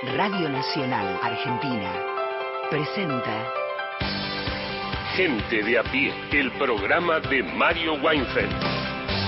Radio Nacional Argentina presenta Gente de a pie, el programa de Mario Weinfeld.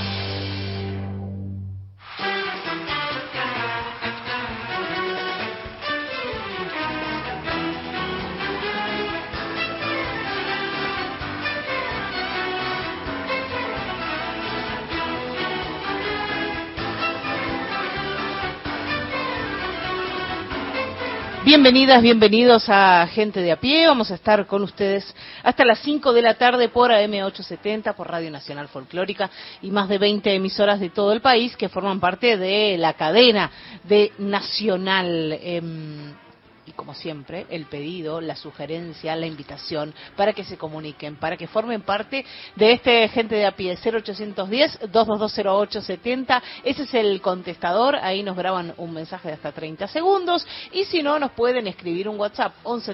Bienvenidas, bienvenidos a Gente de a Pie. Vamos a estar con ustedes hasta las 5 de la tarde por AM870, por Radio Nacional Folclórica y más de 20 emisoras de todo el país que forman parte de la cadena de Nacional. Y como siempre, el pedido, la sugerencia, la invitación para que se comuniquen, para que formen parte de este Gente de a Pie. 0810-2220870, ese es el contestador, ahí nos graban un mensaje de hasta 30 segundos, y si no, nos pueden escribir un WhatsApp,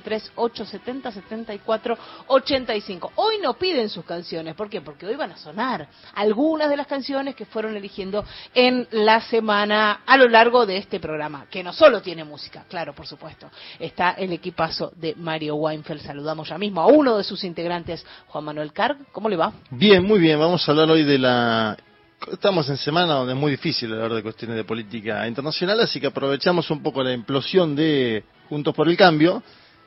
1138707485. Hoy no piden sus canciones, ¿por qué? Porque hoy van a sonar algunas de las canciones que fueron eligiendo en la semana a lo largo de este programa, que no solo tiene música, claro, por supuesto. Está el equipazo de Mario Weinfeld. Saludamos ya mismo a uno de sus integrantes, Juan Manuel Carg. ¿Cómo le va? Bien, muy bien. Vamos a hablar hoy de la... Estamos en semana donde es muy difícil hablar de cuestiones de política internacional, así que aprovechamos un poco la implosión de Juntos por el Cambio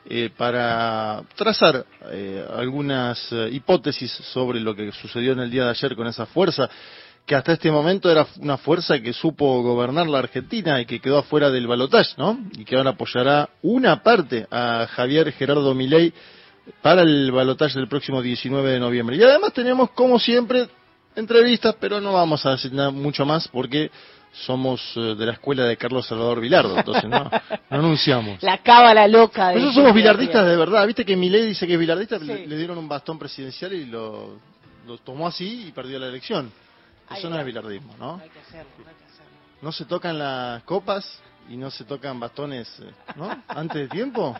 para trazar algunas hipótesis sobre lo que sucedió en el día de ayer con esa fuerza que hasta este momento era una fuerza que supo gobernar la Argentina y que quedó afuera del balotaje, ¿no? Y que ahora apoyará una parte a Javier Gerardo Milei para el balotaje del próximo 19 de noviembre. Y además tenemos, como siempre, entrevistas, pero no vamos a decir nada mucho más porque somos de la escuela de Carlos Salvador Vilardo, entonces no anunciamos. La cábala loca. Nosotros somos bilardistas de verdad, viste que Milei dice que es bilardista, sí. Le dieron un bastón presidencial y lo tomó así y perdió la elección. Eso no es bilardismo, ¿no? No hay que hacerlo, no hay que hacerlo. No se tocan las copas y no se tocan bastones, ¿no? ¿Antes de tiempo?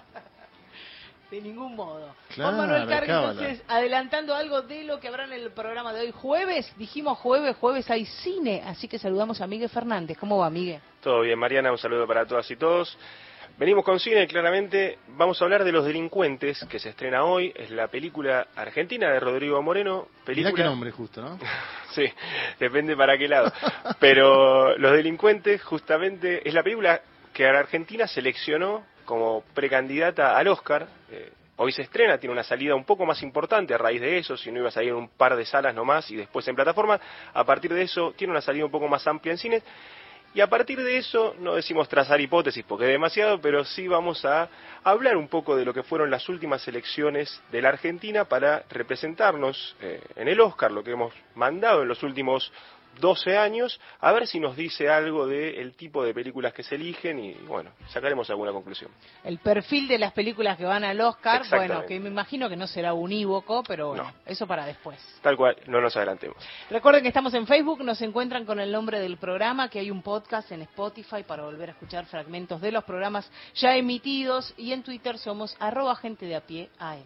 De ningún modo. Claro, Juan Manuel Carg, entonces, adelantando algo de lo que habrá en el programa de hoy. Jueves, dijimos jueves hay cine, así que saludamos a Miguel Fernández. ¿Cómo va, Miguel? Todo bien, Mariana, un saludo para todas y todos. Venimos con cine, claramente. Vamos a hablar de Los Delincuentes, que se estrena hoy. Es la película argentina de Rodrigo Moreno. Mirá qué nombre justo, ¿no? Sí, depende para qué lado. Pero Los Delincuentes, justamente, es la película que la Argentina seleccionó como precandidata al Oscar. Hoy se estrena, tiene una salida un poco más importante a raíz de eso, si no iba a salir en un par de salas nomás y después en plataforma. A partir de eso, tiene una salida un poco más amplia en cines. Y a partir de eso, no decimos trazar hipótesis porque es demasiado, pero sí vamos a hablar un poco de lo que fueron las últimas elecciones de la Argentina para representarnos en el Oscar, lo que hemos mandado en los últimos 12 años, a ver si nos dice algo del tipo de películas que se eligen y, bueno, sacaremos alguna conclusión. El perfil de las películas que van al Oscar, bueno, que me imagino que no será unívoco, pero bueno, eso para después. Tal cual, no nos adelantemos. Recuerden que estamos en Facebook, nos encuentran con el nombre del programa, que hay un podcast en Spotify para volver a escuchar fragmentos de los programas ya emitidos, y en Twitter somos @gentedeapié.am.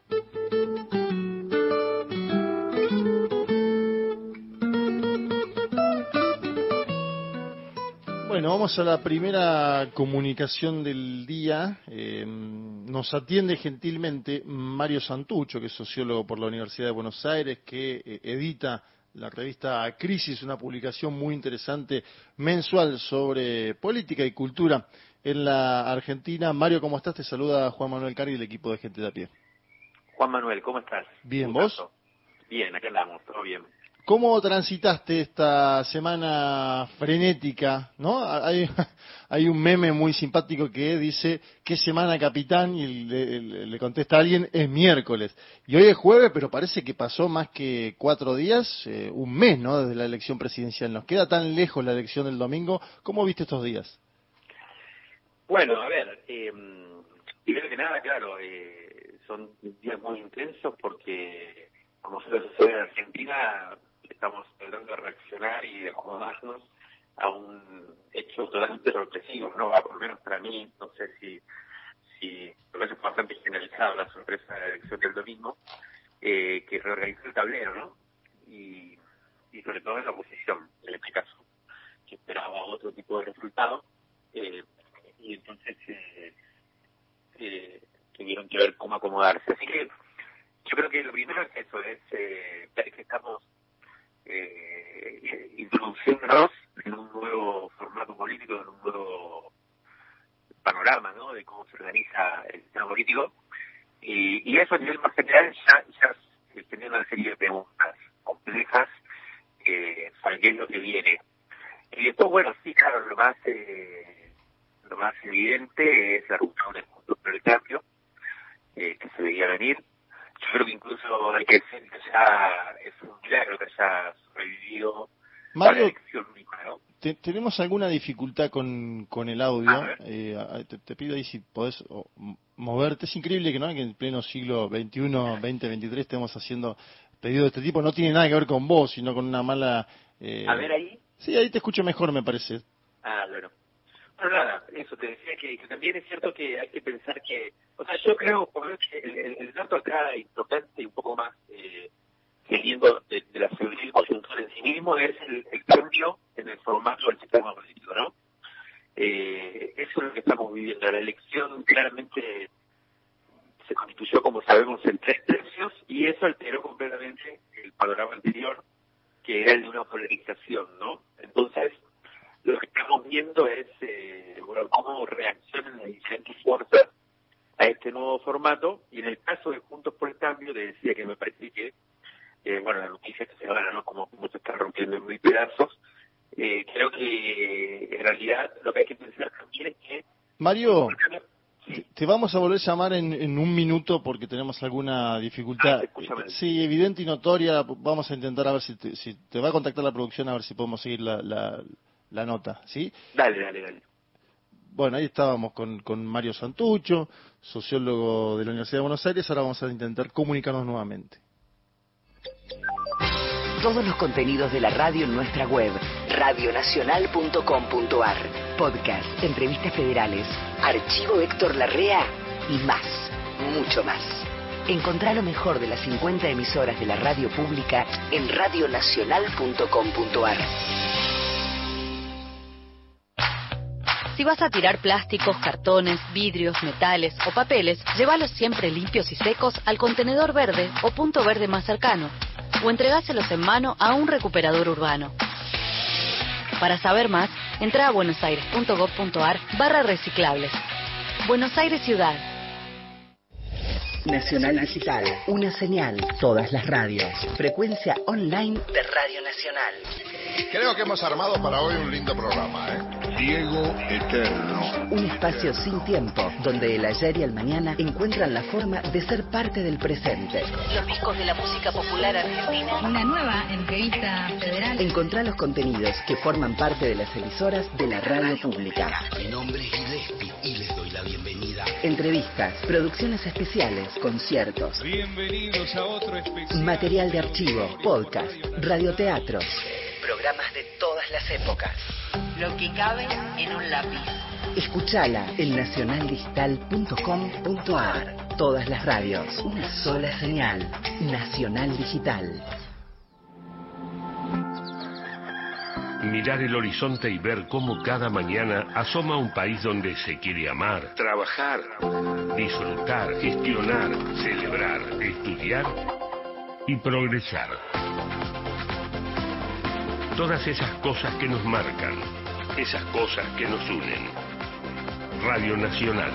Bueno, vamos a la primera comunicación del día. Nos atiende gentilmente Mario Santucho, que es sociólogo por la Universidad de Buenos Aires, que edita la revista Crisis, una publicación muy interesante mensual sobre política y cultura en la Argentina. Mario, ¿cómo estás? Te saluda Juan Manuel Carg y el equipo de Gente de a Pie. Juan Manuel, ¿cómo estás? Bien, ¿vos? Bien, acá andamos, todo bien. ¿Cómo transitaste esta semana frenética? ¿No? Hay un meme muy simpático que dice, ¿qué semana, capitán? Y le contesta a alguien, es miércoles. Y hoy es jueves, pero parece que pasó más que 4 días, un mes, ¿no? Desde la elección presidencial. Nos queda tan lejos la elección del domingo. ¿Cómo viste estos días? Bueno, a ver, primero que nada, claro, son días muy intensos porque, como suele suceder en Argentina, estamos tratando de reaccionar y de acomodarnos a un hecho totalmente sorpresivo, ¿no? Por lo menos para mí, no sé si lo es bastante generalizado la sorpresa de la elección del domingo, que reorganizó el tablero, ¿no? Y sobre todo en la oposición, en este caso, que esperaba otro tipo de resultado, y y entonces tuvieron que ver cómo acomodarse. Así que yo creo que lo primero es eso, es ver que estamos introduciéndonos en un nuevo formato político, en un nuevo panorama, ¿no?, de cómo se organiza el sistema político, y eso a nivel más general ya genera una serie de preguntas complejas para qué es lo que viene. Y después, bueno, sí, claro, lo más evidente es la ruptura del Juntos por el Cambio, que se veía venir. Yo creo que incluso hay que decir que ya es un milagro que haya sobrevivido Mario, a la elección misma, ¿no? tenemos alguna dificultad con el audio. Te pido ahí si podés moverte. Es increíble que en pleno siglo XXI, 2023, estemos haciendo pedidos de este tipo. No tiene nada que ver con vos, sino con una mala... A ver ahí. Sí, ahí te escucho mejor, me parece. Bueno. Bueno, nada, eso, te decía que también es cierto que hay que pensar que... O sea, yo creo que el dato acá importante y un poco más saliendo de la febril coyuntura en sí mismo es el cambio en el formato del sistema político, ¿no? Eso es lo que estamos viviendo. La elección claramente se constituyó, como sabemos, en 3 tercios, y eso alteró completamente el panorama anterior, que era el de una polarización, ¿no? Entonces, lo que estamos viendo es cómo reaccionan las diferentes fuerzas a este nuevo formato, y en el caso de Juntos por el Cambio, te decía que me parece que, la noticia que se gana, ¿no?, como se está rompiendo en mil pedazos, creo que en realidad lo que hay que pensar también es que... Mario, te vamos a volver a llamar en un minuto porque tenemos alguna dificultad. Sí, evidente y notoria. Vamos a intentar a ver si te va a contactar la producción, a ver si podemos seguir la nota, ¿sí? Dale. Bueno, ahí estábamos con Mario Santucho, sociólogo de la Universidad de Buenos Aires. Ahora vamos a intentar comunicarnos nuevamente. Todos los contenidos de la radio en nuestra web, radionacional.com.ar. Podcast, entrevistas federales, archivo Héctor Larrea y más, mucho más. Encontrá lo mejor de las 50 emisoras de la radio pública en radionacional.com.ar. Si vas a tirar plásticos, cartones, vidrios, metales o papeles, llévalos siempre limpios y secos al contenedor verde o punto verde más cercano, o entregáselos en mano a un recuperador urbano. Para saber más, entra a buenosaires.gov.ar/reciclables. Buenos Aires Ciudad. Nacional Digital, una señal, todas las radios, frecuencia online de Radio Nacional. Creo que hemos armado para hoy un lindo programa, Ciego Eterno. Un espacio sin tiempo, donde el ayer y el mañana encuentran la forma de ser parte del presente. Los discos de la música popular argentina. Una nueva entrevista federal. Encontrá los contenidos que forman parte de las emisoras de la radio pública. Mi nombre es Gillespie y les doy la bienvenida. Entrevistas, producciones especiales, conciertos. Bienvenidos a otro especial. Material de archivo, podcast, radioteatros. Programas de todas las épocas. Lo que cabe en un lápiz. Escuchala en nacionaldigital.com.ar. Todas las radios, una sola señal. Nacional Digital. Mirar el horizonte y ver cómo cada mañana asoma un país donde se quiere amar, trabajar, disfrutar, gestionar, celebrar, estudiar y progresar. Todas esas cosas que nos marcan, esas cosas que nos unen. Radio Nacional.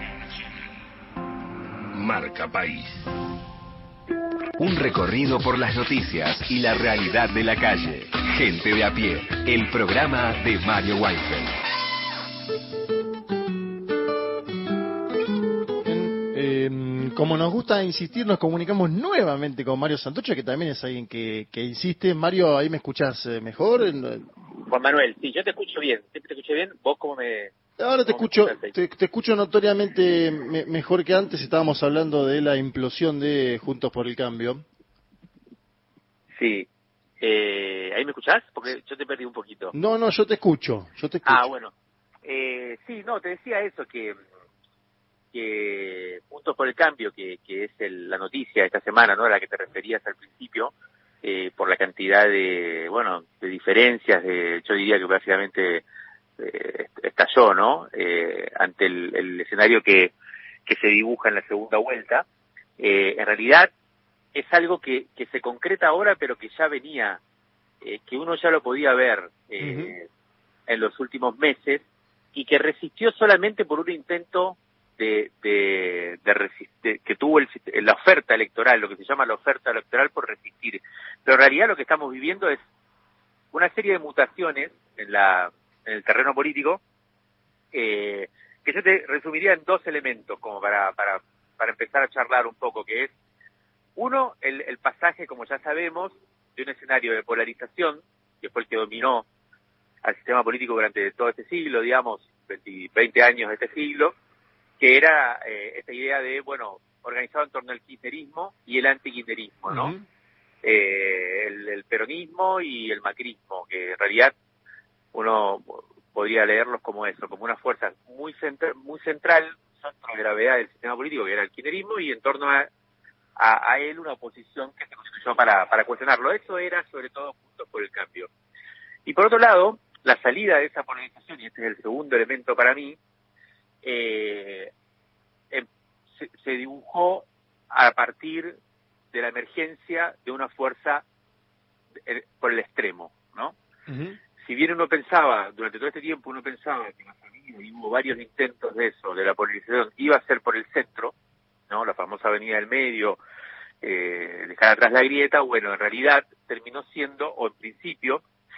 Marca País. Un recorrido por las noticias y la realidad de la calle. Gente de a pie. El programa de Mario Weinfeld. Como nos gusta insistir, nos comunicamos nuevamente con Mario Santucho, que también es alguien que insiste. Mario, ¿ahí me escuchás mejor? Juan Manuel, sí, yo te escucho bien. ¿Siempre te escuché bien? ¿Vos cómo me...? Ahora te escucho notoriamente mejor que antes. Estábamos hablando de la implosión de Juntos por el Cambio. Sí. ¿Ahí me escuchás? Porque yo te perdí un poquito. No, yo te escucho. Ah, bueno. Sí, no, te decía eso, que Juntos por el Cambio, que es la noticia de esta semana, ¿no?, a la que te referías al principio, por la cantidad de diferencias, yo diría que básicamente está estalló, ¿no? Ante el escenario que se dibuja en la segunda vuelta. En realidad es algo que se concreta ahora, pero que ya venía, que uno ya lo podía ver en los últimos meses, y que resistió solamente por un intento de que tuvo la oferta electoral, lo que se llama la oferta electoral por resistir. Pero en realidad lo que estamos viviendo es una serie de mutaciones en el terreno político, que yo te resumiría en dos elementos como para empezar a charlar un poco, que es uno, el pasaje, como ya sabemos, de un escenario de polarización, que fue el que dominó al sistema político durante todo este siglo, digamos, 20 años de este siglo, que era esta idea de, bueno, organizado en torno al kirchnerismo y el antikirchnerismo, ¿no? El peronismo y el macrismo, que en realidad uno podría leerlos como eso, como una fuerza muy central, centro de gravedad del sistema político, que era el kirchnerismo, y en torno a él una oposición que se constituyó para cuestionarlo. Eso era sobre todo Juntos por el Cambio. Y por otro lado, la salida de esa polarización, y este es el segundo elemento para mí, se dibujó a partir de la emergencia de una fuerza por el extremo, ¿no? Si bien durante todo este tiempo uno pensaba que la salida, y hubo varios intentos de eso, de la polarización, iba a ser por el centro, ¿no? La famosa avenida del medio, dejar atrás la grieta, bueno, en realidad terminó siendo, o en principio,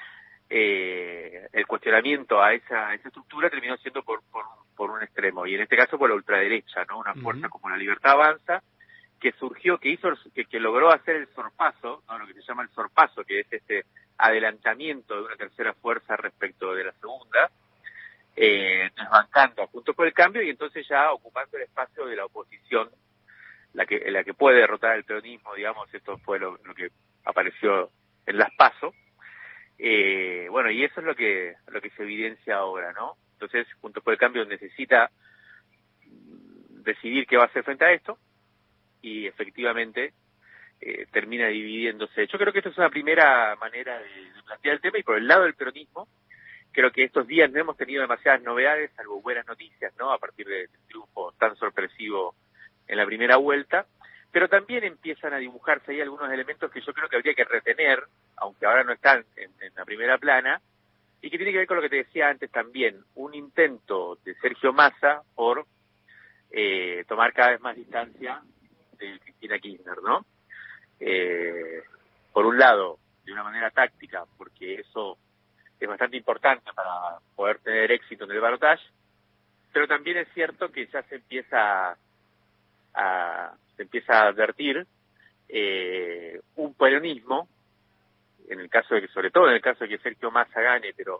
el cuestionamiento a esa estructura terminó siendo por un extremo, y en este caso por la ultraderecha, ¿no? Una fuerza como la Libertad Avanza, que surgió, que logró hacer el sorpaso, ¿no? Lo que se llama el sorpaso, que es este adelantamiento de una tercera fuerza respecto de la segunda, desbancando a Juntos por el Cambio, y entonces ya ocupando el espacio de la oposición, la que puede derrotar al peronismo, digamos. Esto fue lo que apareció en las PASO. Bueno, y eso es lo que se evidencia ahora, ¿no? Entonces, Juntos por el Cambio necesita decidir qué va a hacer frente a esto, y efectivamente termina dividiéndose. Yo creo que esto es una primera manera de plantear el tema, y por el lado del peronismo, creo que estos días no hemos tenido demasiadas novedades, salvo buenas noticias, ¿no? A partir del triunfo tan sorpresivo en la primera vuelta, pero también empiezan a dibujarse ahí algunos elementos que yo creo que habría que retener, aunque ahora no están en la primera plana, y que tiene que ver con lo que te decía antes también, un intento de Sergio Massa por tomar cada vez más distancia de Cristina Kirchner, ¿no? Por un lado, de una manera táctica, porque eso es bastante importante para poder tener éxito en el balotaje, pero también es cierto que ya se empieza a advertir un peronismo, sobre todo en el caso de que Sergio Massa gane, pero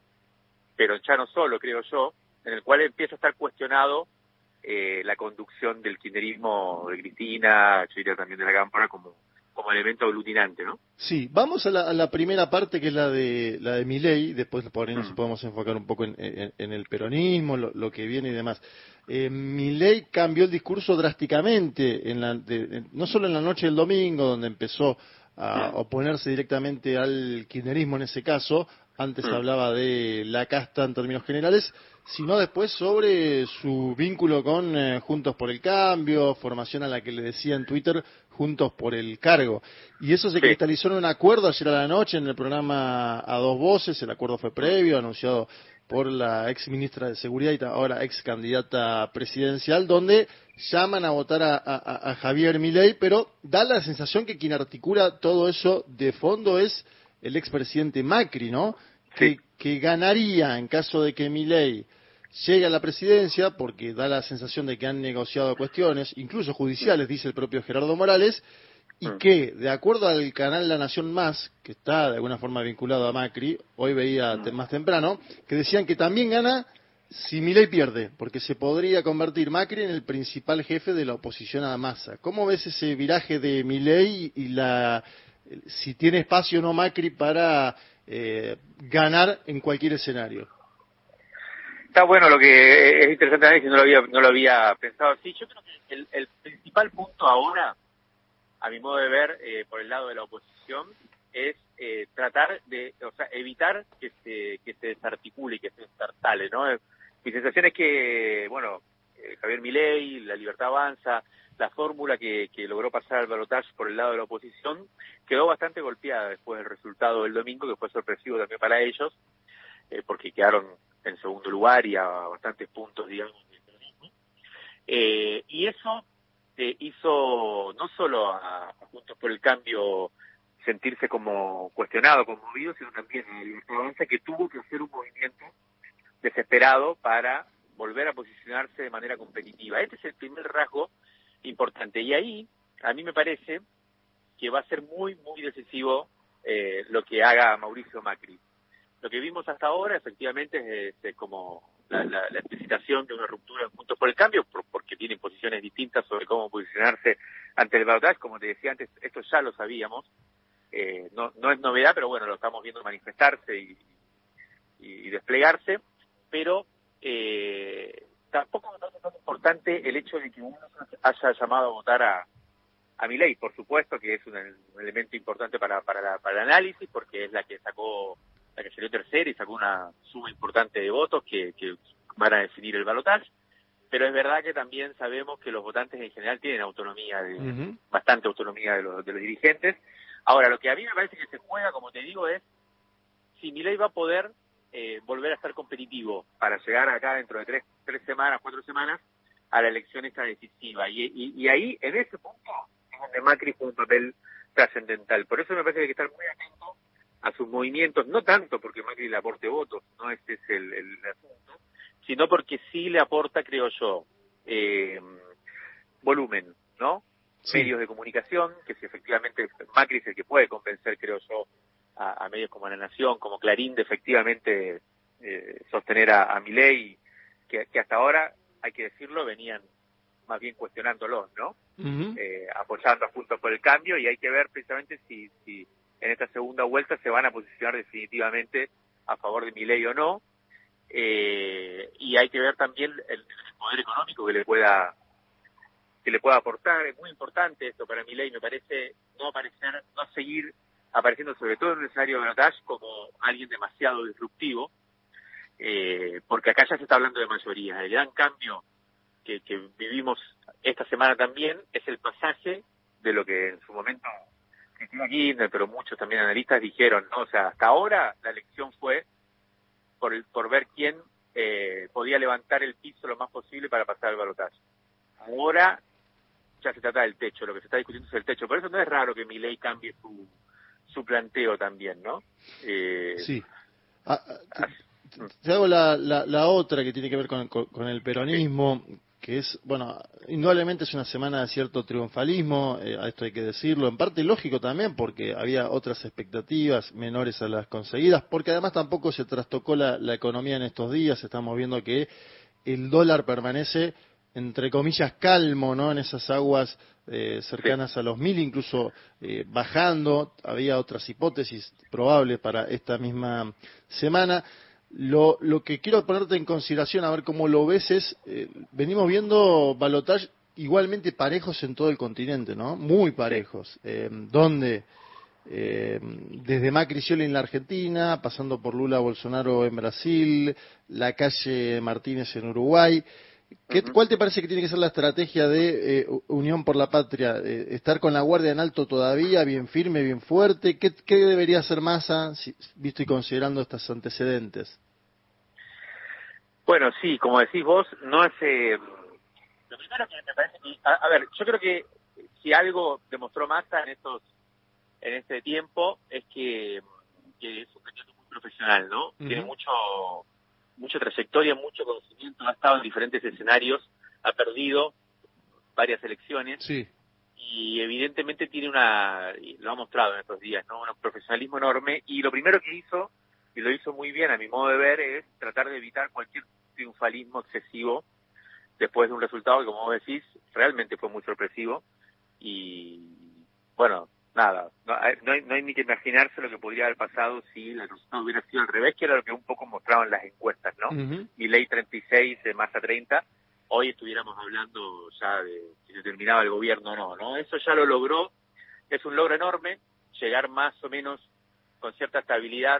ya no solo, creo yo, en el cual empieza a estar cuestionado la conducción del kirchnerismo de Cristina, yo diría también de la Cámpora, como elemento aglutinante, ¿no? Sí, vamos a la primera parte, que es la de Milei. Después por ahí nos podemos enfocar un poco en el peronismo, lo que viene y demás. Milei cambió el discurso drásticamente, no solo en la noche del domingo, donde empezó a oponerse directamente al kirchnerismo en ese caso. Antes hablaba de la casta en términos generales, sino después sobre su vínculo con Juntos por el Cambio, formación a la que le decía en Twitter Juntos por el Cargo. Y eso se cristalizó en un acuerdo ayer a la noche en el programa A Dos Voces. El acuerdo fue previo, anunciado por la ex ministra de Seguridad y ahora ex candidata presidencial, donde llaman a votar a Javier Milei, pero da la sensación que quien articula todo eso de fondo es el expresidente Macri, ¿no? Sí. Que ganaría en caso de que Milei llegue a la presidencia, porque da la sensación de que han negociado cuestiones, incluso judiciales, dice el propio Gerardo Morales, y que, de acuerdo al canal La Nación Más, que está de alguna forma vinculado a Macri, hoy veía más temprano, que decían que también gana si Milei pierde, porque se podría convertir Macri en el principal jefe de la oposición a Massa. ¿Cómo ves ese viraje de Milei y si tiene espacio o no Macri para ganar en cualquier escenario? Está bueno, lo que es interesante análisis, no lo había pensado así. Yo creo que el principal punto ahora, a mi modo de ver, por el lado de la oposición, es tratar de, o sea, evitar que se desarticule y que se destartale, ¿no? Mi sensación es que, bueno, Javier Milei, La Libertad Avanza, la fórmula que logró pasar al balotaje por el lado de la oposición, quedó bastante golpeada después del resultado del domingo, que fue sorpresivo también para ellos, porque quedaron en segundo lugar y a bastantes puntos, digamos, del peronismo. Y eso hizo no solo a Juntos por el Cambio sentirse como cuestionado, conmovido, sino también a La Libertad Avanza, que tuvo que hacer un movimiento desesperado para volver a posicionarse de manera competitiva. Este es el primer rasgo importante. Y ahí, a mí me parece que va a ser muy, muy decisivo lo que haga Mauricio Macri. Lo que vimos hasta ahora, efectivamente, es como la explicitación de una ruptura en Juntos por el Cambio, porque tienen posiciones distintas sobre cómo posicionarse ante el balotaje. Como te decía antes, esto ya lo sabíamos. No es novedad, pero bueno, lo estamos viendo manifestarse y desplegarse. Pero tampoco me parece tan importante el hecho de que uno haya llamado a votar a Milei. Por supuesto que es un elemento importante para el análisis, porque es la que salió tercera y sacó una suma importante de votos que van a definir el balotaje. Pero es verdad que también sabemos que los votantes en general tienen autonomía, bastante autonomía de los dirigentes. Ahora, lo que a mí me parece que se juega, como te digo, es si Milei va a poder volver a estar competitivo para llegar acá dentro de 3 semanas, 4 semanas, a la elección esta decisiva. Y ahí, en ese punto, es donde Macri juega un papel trascendental. Por eso me parece que hay que estar muy atento a sus movimientos, no tanto porque Macri le aporte votos, no este es el asunto, sino porque sí le aporta, creo yo, volumen, ¿no? Sí. Medios de comunicación, que si efectivamente Macri es el que puede convencer, creo yo, a medios como La Nación, como Clarín, de efectivamente sostener a Milei, que hasta ahora, hay que decirlo, venían más bien cuestionándolos, ¿no? Apoyando a Juntos por el Cambio, y hay que ver precisamente si en esta segunda vuelta se van a posicionar definitivamente a favor de Milei o no, y hay que ver también el poder económico que le pueda aportar. Es muy importante esto para Milei, me parece, no seguir apareciendo, sobre todo en un escenario de balotaje, como alguien demasiado disruptivo, porque acá ya se está hablando de mayoría. El gran cambio que vivimos esta semana también es el pasaje de lo que en su momento Cristina Kirchner, pero muchos también analistas dijeron, ¿no? O sea, hasta ahora la elección fue por ver quién podía levantar el piso lo más posible para pasar el balotaje. Ahora ya se trata del techo, lo que se está discutiendo es el techo. Por eso no es raro que Milei cambie su planteo también, ¿no? Sí. Te hago la otra que tiene que ver con el peronismo, que es, bueno, indudablemente es una semana de cierto triunfalismo, a esto hay que decirlo, en parte lógico también, porque había otras expectativas menores a las conseguidas, porque además tampoco se trastocó la economía en estos días. Estamos viendo que el dólar permanece, entre comillas, calmo, ¿no? En esas aguas cercanas a los 1.000, incluso bajando. Había otras hipótesis probables para esta misma semana. Lo que quiero ponerte en consideración, a ver cómo lo ves, es, venimos viendo balotaje igualmente parejos en todo el continente, ¿no? Muy parejos, donde desde Macri Scioli en la Argentina, pasando por Lula Bolsonaro en Brasil, la calle Martínez en Uruguay. ¿Cuál te parece que tiene que ser la estrategia de Unión por la Patria? ¿Estar con la guardia en alto todavía, bien firme, bien fuerte? ¿Qué debería hacer Massa, visto y considerando estos antecedentes? Bueno, sí, como decís vos, no es... lo primero que me parece que... A ver, yo creo que si algo demostró Massa en este tiempo es que es un candidato muy profesional, ¿no? Tiene mucha trayectoria, mucho conocimiento, ha estado en diferentes escenarios, ha perdido varias elecciones, sí, y evidentemente tiene lo ha mostrado en estos días, ¿no? Un profesionalismo enorme, y lo primero que hizo, y lo hizo muy bien a mi modo de ver, es tratar de evitar cualquier triunfalismo excesivo después de un resultado que, como vos decís, realmente fue muy sorpresivo, y bueno, nada, no hay ni que imaginarse lo que podría haber pasado si el resultado hubiera sido al revés, que era lo que un poco mostraban las encuestas, ¿no? Milei 36, Massa 30, hoy estuviéramos hablando ya de si se terminaba el gobierno o no, ¿no? Eso ya lo logró, es un logro enorme. llegar más o menos con cierta estabilidad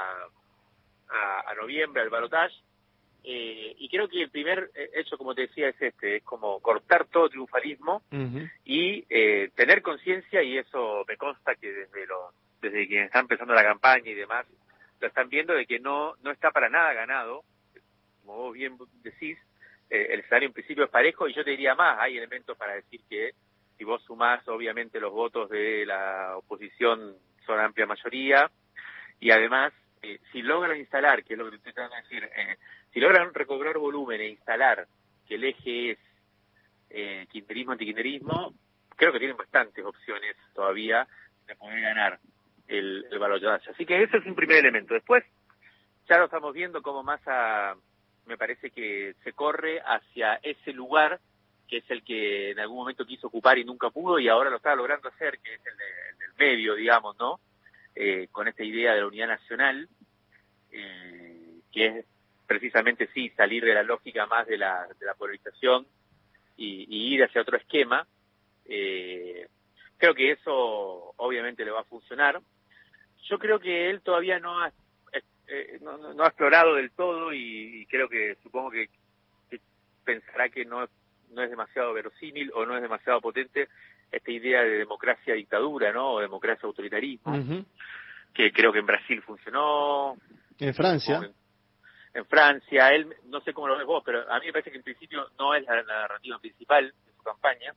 a noviembre, al balotaje. Y creo que el primer hecho, como te decía, es como cortar todo triunfalismo y tener conciencia, y eso me consta que desde quienes están empezando la campaña y demás, lo están viendo, de que no está para nada ganado. Como vos bien decís, el escenario en principio es parejo, y yo te diría más, hay elementos para decir que si vos sumás, obviamente los votos de la oposición son amplia mayoría, y además, si logran instalar, que es lo que te estoy tratando de decir, si logran recobrar volumen e instalar que el eje es kirchnerismo-antikirchnerismo, creo que tienen bastantes opciones todavía de poder ganar el balotaje. Así que ese es un primer elemento. Después, ya lo estamos viendo como Massa, me parece que se corre hacia ese lugar que es el que en algún momento quiso ocupar y nunca pudo, y ahora lo está logrando hacer, que es el del medio, digamos, ¿no? Con esta idea de la unidad nacional, que es precisamente, sí, salir de la lógica más de la polarización y ir hacia otro esquema. Creo que eso obviamente le va a funcionar. Yo creo que él todavía no ha explorado del todo, y creo que, supongo que pensará que no es demasiado verosímil o no es demasiado potente esta idea de democracia-dictadura, ¿no? O democracia-autoritarismo, que creo que en Brasil funcionó. En Francia. En Francia, él, no sé cómo lo ves vos, pero a mí me parece que en principio no es la narrativa principal de su campaña.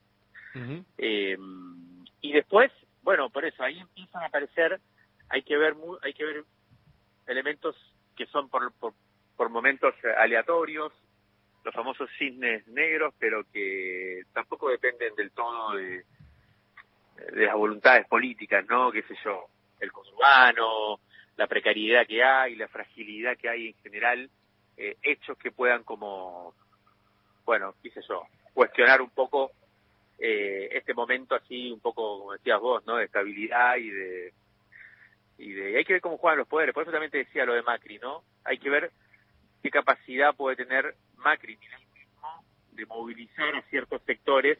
Y después, bueno, por eso, ahí empiezan a aparecer, hay que ver elementos que son por momentos aleatorios, los famosos cisnes negros, pero que tampoco dependen del todo de las voluntades políticas, ¿no? Qué sé yo, el conurbano, la precariedad que hay, la fragilidad que hay en general, hechos que puedan como, bueno, qué sé yo, cuestionar un poco este momento así, un poco, como decías vos, ¿no? De estabilidad y de hay que ver cómo juegan los poderes. Por eso también te decía lo de Macri, ¿no? Hay que ver qué capacidad puede tener Macri mismo de movilizar a ciertos sectores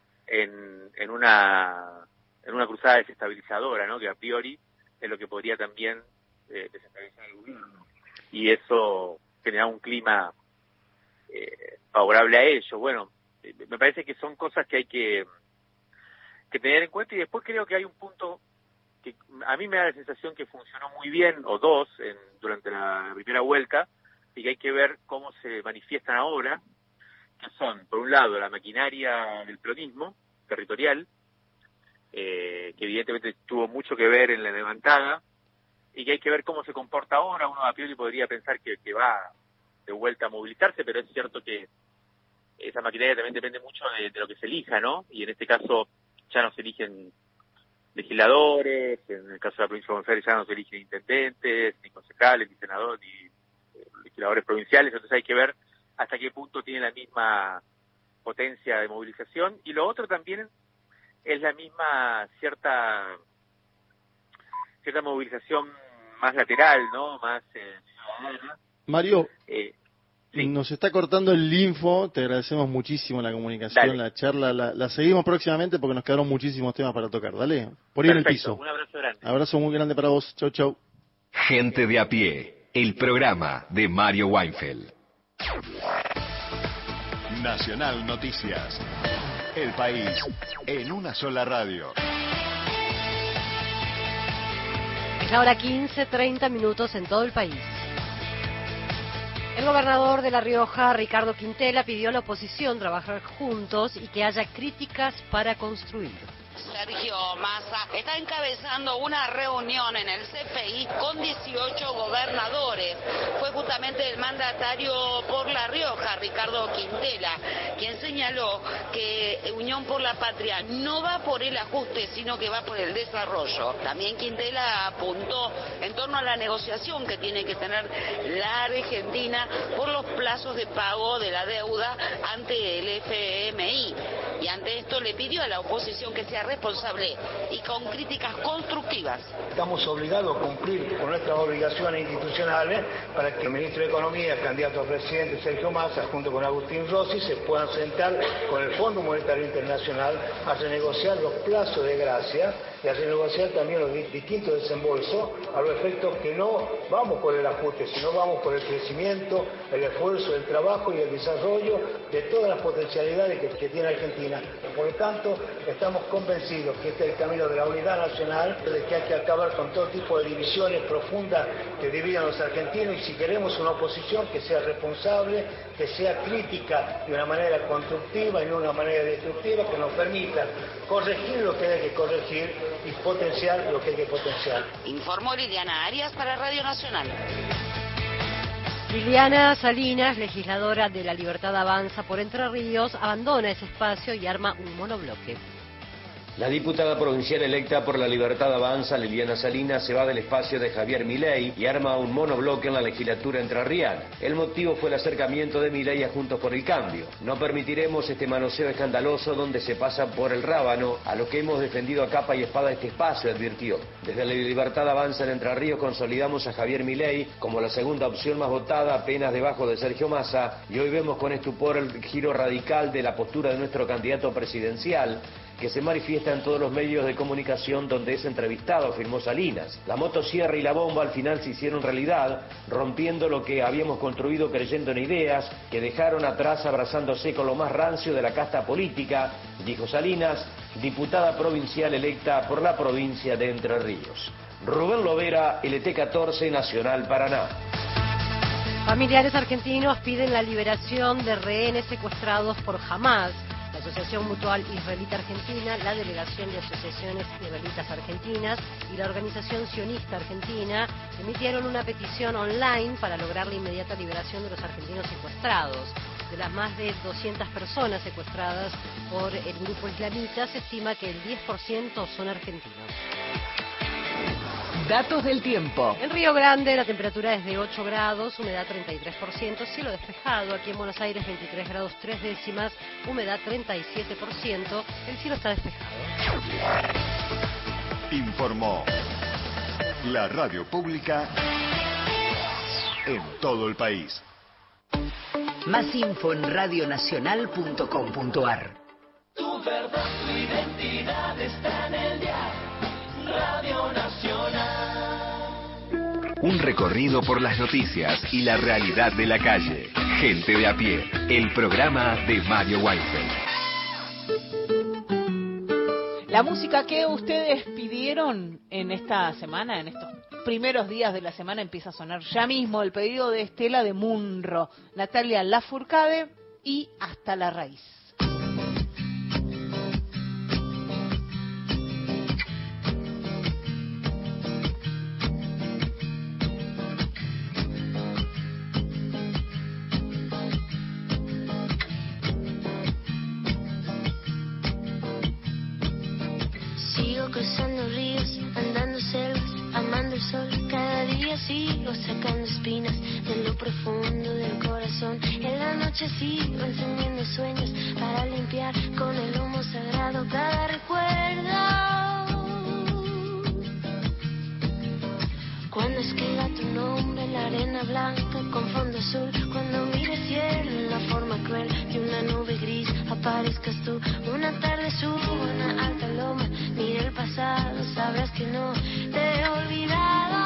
en una cruzada desestabilizadora, ¿no? Que a priori es lo que podría también desestabilizar el gobierno, y eso genera un clima favorable a ello. Bueno, me parece que son cosas que hay que tener en cuenta, y después creo que hay un punto que a mí me da la sensación que funcionó muy bien, o dos, durante la primera vuelta, y que hay que ver cómo se manifiestan ahora, que son, por un lado, la maquinaria del peronismo territorial, que evidentemente tuvo mucho que ver en la levantada, y que hay que ver cómo se comporta ahora. Uno a priori podría pensar que va de vuelta a movilizarse, pero es cierto que esa maquinaria también depende mucho de lo que se elija, ¿no? Y en este caso ya no se eligen legisladores, en el caso de la provincia de Buenos Aires ya no se eligen intendentes, ni concejales, ni senadores, ni legisladores provinciales. Entonces hay que ver hasta qué punto tiene la misma potencia de movilización. Y lo otro también es la misma cierta movilización más lateral, ¿no? Más ciudadana. Mario, nos está cortando el linfo, te agradecemos muchísimo la comunicación, dale. La charla, la seguimos próximamente porque nos quedaron muchísimos temas para tocar, dale, por ahí en el piso. Un abrazo grande. Abrazo muy grande para vos, chau chau. Gente de a pie, el programa de Mario Weinfeld. Nacional Noticias, el país en una sola radio. Es la hora 15:30 minutos en todo el país. El gobernador de La Rioja, Ricardo Quintela, pidió a la oposición trabajar juntos y que haya críticas para construir. Sergio Massa está encabezando una reunión en el CFI con 18 gobernadores. Fue justamente el mandatario por La Rioja, Ricardo Quintela, quien señaló que Unión por la Patria no va por el ajuste, sino que va por el desarrollo. También Quintela apuntó en torno a la negociación que tiene que tener la Argentina por los plazos de pago de la deuda ante el FMI. y ante esto le pidió a la oposición que sea responsable y con críticas constructivas. Estamos obligados a cumplir con nuestras obligaciones institucionales para que el ministro de Economía, candidato a presidente Sergio Massa, junto con Agustín Rossi, se puedan sentar con el Fondo Monetario Internacional a renegociar los plazos de gracia y a renegociar también los distintos desembolsos, a los efectos que no vamos por el ajuste, sino vamos por el crecimiento, el esfuerzo, el trabajo y el desarrollo de todas las potencialidades que tiene Argentina. Por lo tanto, estamos convencidos que este es el camino de la unidad nacional, de que hay que acabar con todo tipo de divisiones profundas que dividan a los argentinos, y si queremos una oposición que sea responsable, que sea crítica de una manera constructiva y no de una manera destructiva, que nos permita corregir lo que hay que corregir y potenciar lo que hay que potenciar. Informó Liliana Arias para Radio Nacional. Liliana Salinas, legisladora de La Libertad Avanza por Entre Ríos, abandona ese espacio y arma un monobloque. La diputada provincial electa por La Libertad Avanza, Liliana Salinas, se va del espacio de Javier Milei y arma un monobloque en la legislatura entrerriana. El motivo fue el acercamiento de Milei a Juntos por el Cambio. No permitiremos este manoseo escandaloso donde se pasa por el rábano a lo que hemos defendido a capa y espada este espacio, advirtió. Desde La Libertad Avanza en Entre Ríos consolidamos a Javier Milei como la segunda opción más votada, apenas debajo de Sergio Massa, y hoy vemos con estupor el giro radical de la postura de nuestro candidato presidencial, que se manifiesta en todos los medios de comunicación donde es entrevistado, afirmó Salinas. La motosierra y la bomba al final se hicieron realidad, rompiendo lo que habíamos construido creyendo en ideas que dejaron atrás abrazándose con lo más rancio de la casta política, dijo Salinas, diputada provincial electa por la provincia de Entre Ríos. Rubén Lovera, LT14, Nacional Paraná. Familiares argentinos piden la liberación de rehenes secuestrados por Hamás. La Asociación Mutual Israelita Argentina, la Delegación de Asociaciones Israelitas Argentinas y la Organización Sionista Argentina emitieron una petición online para lograr la inmediata liberación de los argentinos secuestrados. De las más de 200 personas secuestradas por el grupo islamita, se estima que el 10% son argentinos. Datos del tiempo. En Río Grande la temperatura es de 8 grados, humedad 33%, cielo despejado. Aquí en Buenos Aires 23 grados 3 décimas, humedad 37%, el cielo está despejado. Informó la radio pública en todo el país. Más info en radionacional.com.ar. Tu verdad, tu identidad está en el diario. Radio Nacional. Un recorrido por las noticias y la realidad de la calle. Gente de a pie. El programa de Mario Weinfeld. La música que ustedes pidieron en esta semana, en estos primeros días de la semana, empieza a sonar ya mismo. El pedido de Estela de Munro, Natalia Lafourcade y Hasta la Raíz. Cruzando ríos, andando selvas, amando el sol. Cada día sigo sacando espinas de lo profundo del corazón. En la noche sigo encendiendo sueños para limpiar con el humo sagrado cada recuerdo. Cuando escriba tu nombre en la arena blanca con fondo azul, cuando mire el cielo en la forma cruel de una nube gris, aparezcas tú. Una tarde subo a una alta loma, mira el pasado, sabrás que no te he olvidado.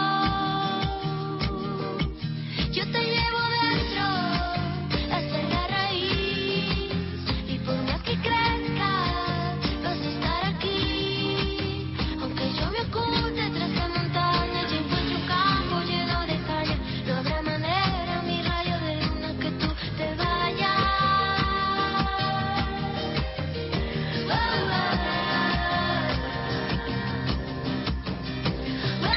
Yo te llevo dentro hasta la raíz, y por más que crezca vas a estar aquí. Aunque yo me oculte tras la montaña y encuentre un campo lleno de caña, no habrá manera, mi rayo de luna, que tú te vayas. Oh, oh, oh.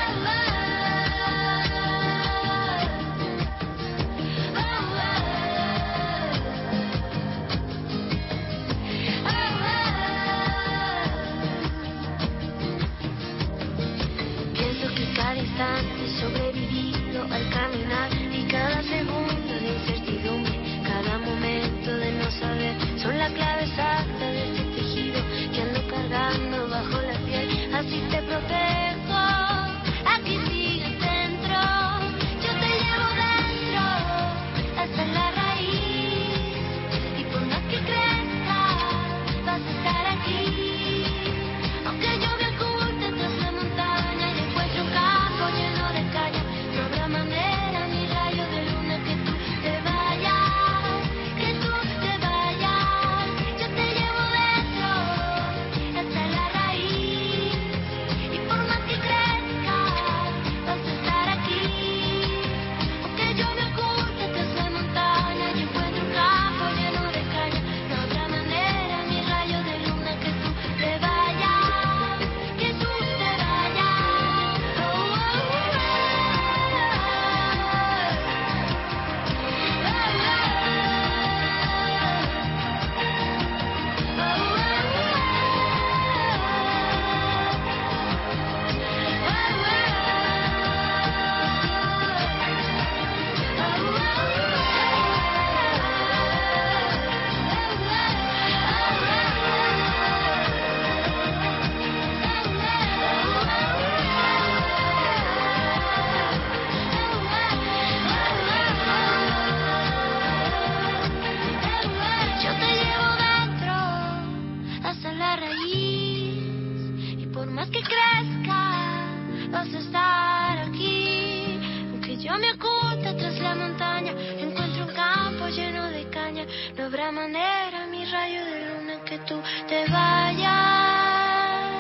otra manera, mi rayo de luna, que tú te vayas.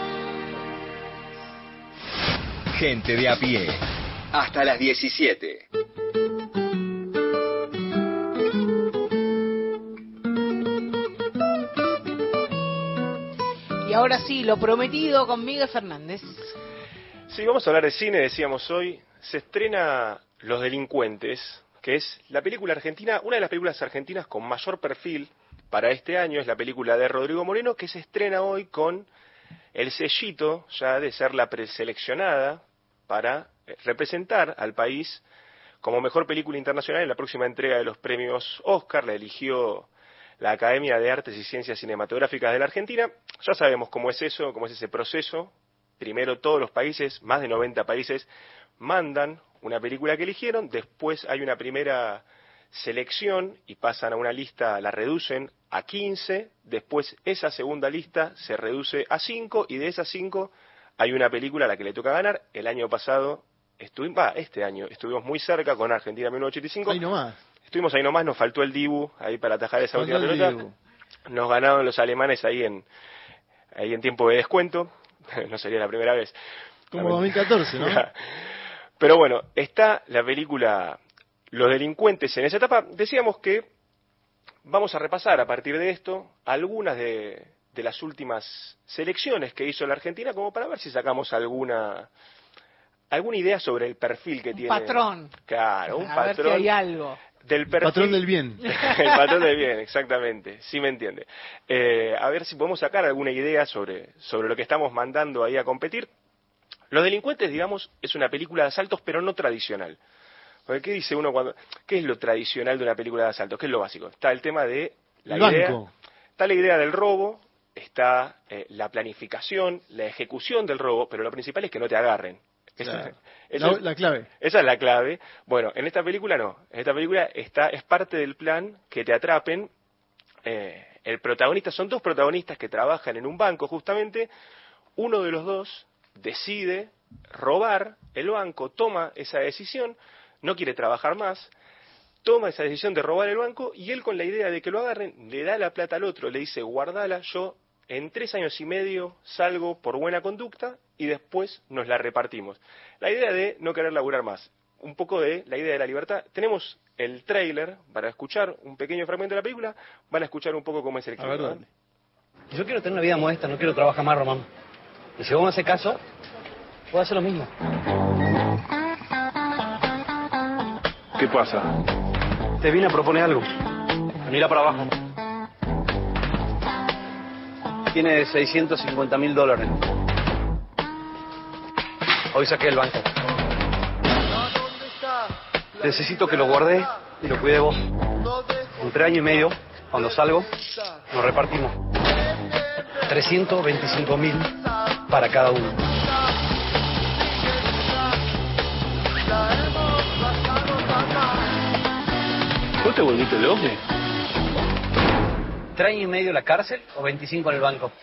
Gente de a pie. Hasta las 17. Y ahora sí, lo prometido con Miguel Fernández. Sí, vamos a hablar de cine, decíamos hoy. Se estrena Los Delincuentes, que es la película argentina, una de las películas argentinas con mayor perfil para este año. Es la película de Rodrigo Moreno, que se estrena hoy con el sellito ya de ser la preseleccionada para representar al país como mejor película internacional en la próxima entrega de los premios Oscar. La eligió la Academia de Artes y Ciencias Cinematográficas de la Argentina. Ya sabemos cómo es eso, cómo es ese proceso. Primero todos los países, más de 90 países, mandan una película que eligieron, después hay una primera selección y pasan a una lista, la reducen a 15, después esa segunda lista se reduce a 5 y de esas 5 hay una película a la que le toca ganar. El año pasado, este año, estuvimos muy cerca con Argentina 1985. Ahí nomás. Estuvimos ahí nomás, nos faltó el Dibu ahí para atajar esa última pelota. Nos ganaron los alemanes ahí en tiempo de descuento. No sería la primera vez. Como 2014, ¿no? Pero bueno, está la película Los Delincuentes en esa etapa. Decíamos que vamos a repasar a partir de esto algunas de las últimas selecciones que hizo la Argentina, como para ver si sacamos alguna idea sobre el perfil que tiene. Un patrón. Claro, un a patrón. Ver si hay algo. Del perfil, patrón del bien. El patrón del bien, exactamente, sí me entiende. A ver si podemos sacar alguna idea sobre lo que estamos mandando ahí a competir. Los Delincuentes, digamos, es una película de asaltos, pero no tradicional. Porque ¿qué dice uno cuando? ¿Qué es lo tradicional de una película de asaltos? ¿Qué es lo básico? Está el tema de la idea, está la idea del robo, está la planificación, la ejecución del robo, pero lo principal es que no te agarren. Claro. La clave. Esa es la clave. Bueno, en esta película no. En esta película es parte del plan que te atrapen. El protagonista, son dos protagonistas que trabajan en un banco justamente. Uno de los dos decide robar el banco, toma esa decisión, no quiere trabajar más, toma esa decisión de robar el banco y él, con la idea de que lo agarren, le da la plata al otro, le dice: guardala, yo en 3 años y medio salgo por buena conducta y después nos la repartimos. La idea de no querer laburar más, un poco de la idea de la libertad. Tenemos el tráiler para escuchar un pequeño fragmento de la película, van a escuchar un poco cómo es el clima. Yo quiero tener una vida modesta, no quiero trabajar más, Román. Y si vos me haces caso, puedo hacer lo mismo. ¿Qué pasa? Te vine a proponer algo. Mira para abajo. Tiene $650,000. Hoy saqué el banco. Necesito que lo guarde y lo cuide vos. En 3 años y medio, cuando salgo, nos repartimos. 325,000 para cada uno. ¿Vos te volviste loco? 3 años y medio en la cárcel o 25 en el banco.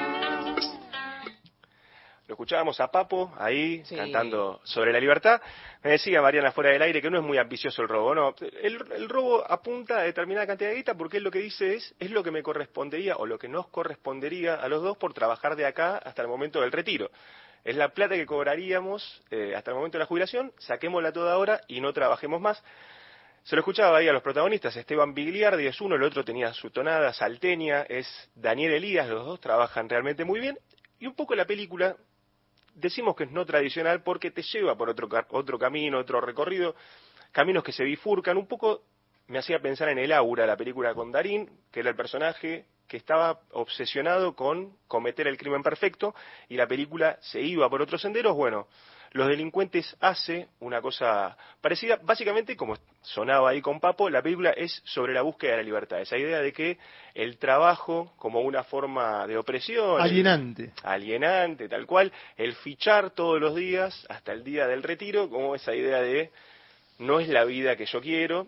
Lo escuchábamos a Papo ahí cantando sobre la libertad. Me decía Mariana fuera del aire que no es muy ambicioso el robo, no. El robo apunta a determinada cantidad de guita porque él lo que dice es lo que me correspondería o lo que nos correspondería a los dos por trabajar de acá hasta el momento del retiro. Es la plata que cobraríamos hasta el momento de la jubilación, saquémosla toda ahora y no trabajemos más. Se lo escuchaba ahí a los protagonistas. Esteban Bigliardi es uno, el otro tenía su tonada salteña, es Daniel Elías, los dos trabajan realmente muy bien. Y un poco la película, decimos que es no tradicional porque te lleva por otro camino, otro recorrido, caminos que se bifurcan. Un poco me hacía pensar en El Aura, la película con Darín, que era el personaje que estaba obsesionado con cometer el crimen perfecto, y la película se iba por otros senderos. Bueno, Los Delincuentes hace una cosa parecida. Básicamente, como sonaba ahí con Papo, la película es sobre la búsqueda de la libertad. Esa idea de que el trabajo como una forma de opresión... Alienante, tal cual. El fichar todos los días hasta el día del retiro, como esa idea de no es la vida que yo quiero.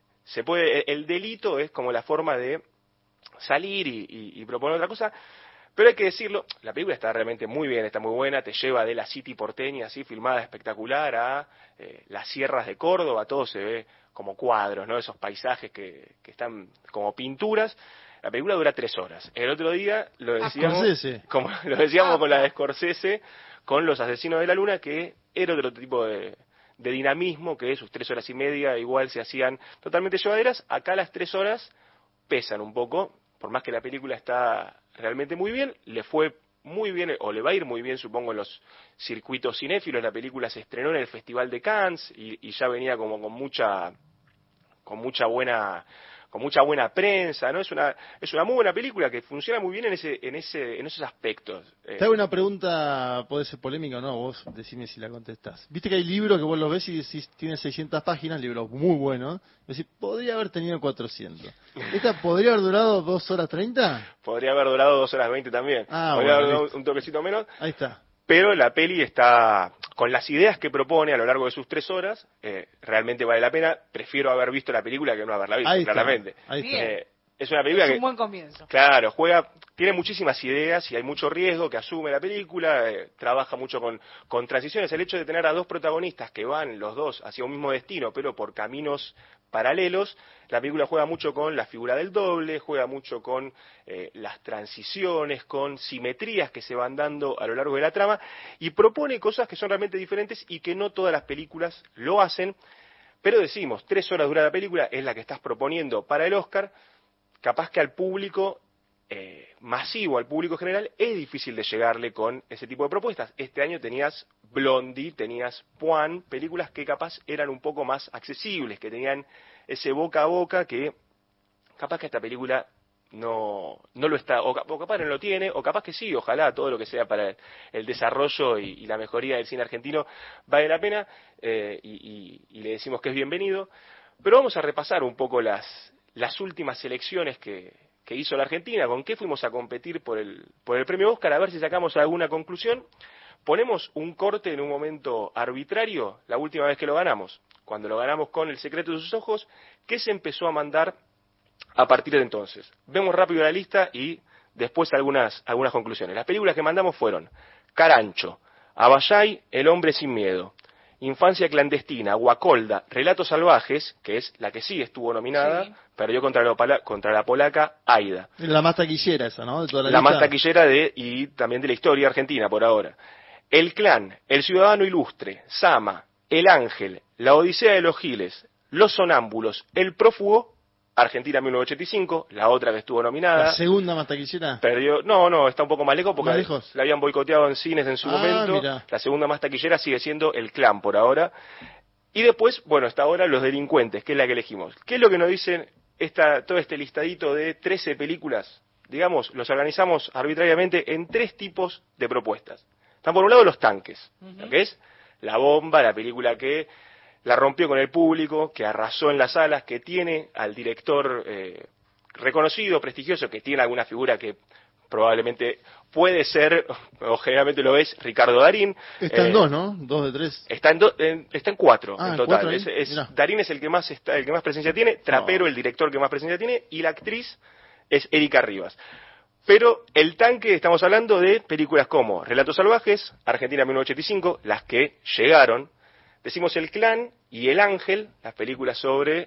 El delito es como la forma de salir y proponer otra cosa. Pero hay que decirlo, la película está realmente muy bien, está muy buena, te lleva de la City porteña, así filmada espectacular, a las sierras de Córdoba, todo se ve como cuadros, ¿no? Esos paisajes que están como pinturas. La película dura 3 horas. El otro día lo decíamos con la de Scorsese, con Los Asesinos de la Luna, que era otro tipo de dinamismo, que sus 3 horas y media igual se hacían totalmente llevaderas. Acá las 3 horas pesan un poco, por más que la película está realmente muy bien, le fue muy bien, o le va a ir muy bien, supongo, en los circuitos cinéfilos. La película se estrenó en el Festival de Cannes y ya venía como con mucha buena prensa, ¿no? Es una muy buena película que funciona muy bien en esos aspectos. Te hago una pregunta, puede ser polémica o no, vos decime si la contestás. Viste que hay libros que vos los ves y decís, tiene 600 páginas, libros muy buenos, decís, podría haber tenido 400. ¿Esta podría haber durado 2 horas 30? Podría haber durado 2 horas 20 también. Podría haber durado un toquecito menos. Ahí está. Pero la peli está, con las ideas que propone a lo largo de sus 3 horas, realmente vale la pena. Prefiero haber visto la película que no haberla visto, claramente. Es una película es un buen comienzo. Claro, tiene muchísimas ideas y hay mucho riesgo que asume la película, trabaja mucho con transiciones. El hecho de tener a 2 protagonistas que van los dos hacia un mismo destino, pero por caminos paralelos, la película juega mucho con la figura del doble, juega mucho con las transiciones, con simetrías que se van dando a lo largo de la trama, y propone cosas que son realmente diferentes y que no todas las películas lo hacen. Pero decimos, 3 horas dura la película, es la que estás proponiendo para el Oscar. Capaz que al público masivo, al público general, es difícil de llegarle con ese tipo de propuestas. Este año tenías Blondie, tenías Puan, películas que capaz eran un poco más accesibles, que tenían ese boca a boca que capaz que esta película no lo está, o capaz no lo tiene, o capaz que sí, ojalá todo lo que sea para el desarrollo y la mejoría del cine argentino vale la pena, y le decimos que es bienvenido. Pero vamos a repasar un poco las últimas elecciones que hizo la Argentina, con qué fuimos a competir por el premio Oscar, a ver si sacamos alguna conclusión. Ponemos un corte en un momento arbitrario, la última vez que lo ganamos, cuando lo ganamos con El secreto de sus ojos, que se empezó a mandar a partir de entonces. Vemos rápido la lista y después algunas conclusiones. Las películas que mandamos fueron Carancho, Abayay, El hombre sin miedo, Infancia clandestina, Guacolda, Relatos salvajes, que es la que sí estuvo nominada, perdió contra la polaca Aida. La más taquillera esa, ¿no? De toda la más taquillera y también de la historia argentina por ahora. El Clan, El ciudadano ilustre, Sama, El ángel, La odisea de los giles, Los sonámbulos, El prófugo, Argentina 1985, la otra que estuvo nominada. ¿La segunda más taquillera? Perdió, no, está un poco más lejos porque ¿Más lejos? La habían boicoteado en cines en su momento. Mira. La segunda más taquillera sigue siendo El Clan por ahora. Y después, bueno, hasta ahora Los delincuentes, que es la que elegimos. ¿Qué es lo que nos dicen todo este listadito de 13 películas? Digamos, los organizamos arbitrariamente en 3 tipos de propuestas. Están por un lado los tanques, lo que es La Bomba, la película que la rompió con el público, que arrasó en las salas, que tiene al director reconocido, prestigioso, que tiene alguna figura que probablemente puede ser, o generalmente lo es, Ricardo Darín. Está en 2, ¿no? 2 de 3. Está en 4 en total. 4 Darín es el que más presencia tiene, Trapero el director que más presencia tiene, y la actriz es Erika Rivas. Pero el tanque, estamos hablando de películas como Relatos salvajes, Argentina 1985, las que llegaron. Decimos El Clan y El ángel, las películas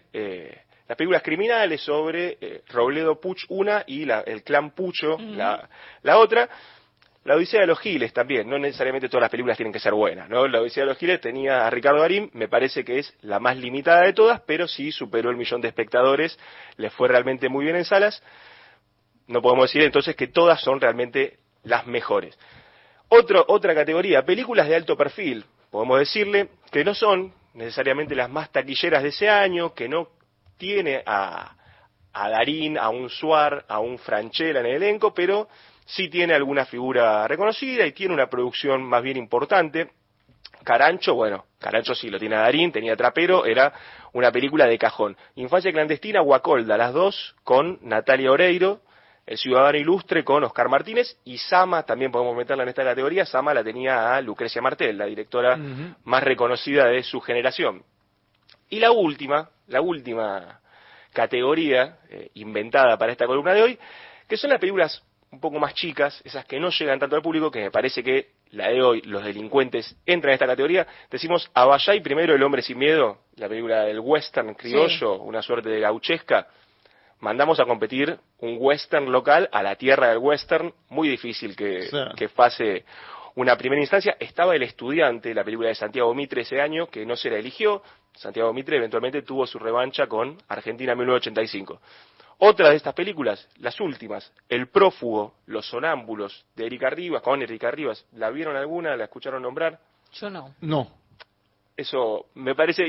criminales sobre Robledo Puch una y el clan Pucho la otra. La odisea de los giles también, no necesariamente todas las películas tienen que ser buenas, ¿no? La odisea de los giles tenía a Ricardo Darín, me parece que es la más limitada de todas, pero sí superó el 1.000.000 de espectadores, le fue realmente muy bien en salas. No podemos decir entonces que todas son realmente las mejores. Otra categoría, películas de alto perfil. Podemos decirle que no son necesariamente las más taquilleras de ese año, que no tiene a Darín, a un Suar, a un Franchella en el elenco, pero sí tiene alguna figura reconocida y tiene una producción más bien importante. Carancho sí lo tiene a Darín, tenía Trapero, era una película de cajón. Infancia clandestina, Guacolda, las dos con Natalia Oreiro. El ciudadano ilustre con Oscar Martínez, y Sama, también podemos meterla en esta categoría. Sama la tenía a Lucrecia Martel, la directora más reconocida de su generación. Y la última categoría inventada para esta columna de hoy, que son las películas un poco más chicas, esas que no llegan tanto al público, que me parece que la de hoy, Los Delincuentes, entra en esta categoría. Decimos a Bayay primero, El Hombre Sin Miedo, la película del western criollo, una suerte de gauchesca. Mandamos a competir un western local a la tierra del western, muy difícil que pase una primera instancia. Estaba El Estudiante, la película de Santiago Mitre ese año, que no se la eligió. Santiago Mitre eventualmente tuvo su revancha con Argentina 1985. Otra de estas películas, las últimas, El Prófugo, Los Sonámbulos, de Erika Rivas, con Erika Rivas. ¿La vieron alguna? ¿La escucharon nombrar? Yo no. No. Eso, me parece,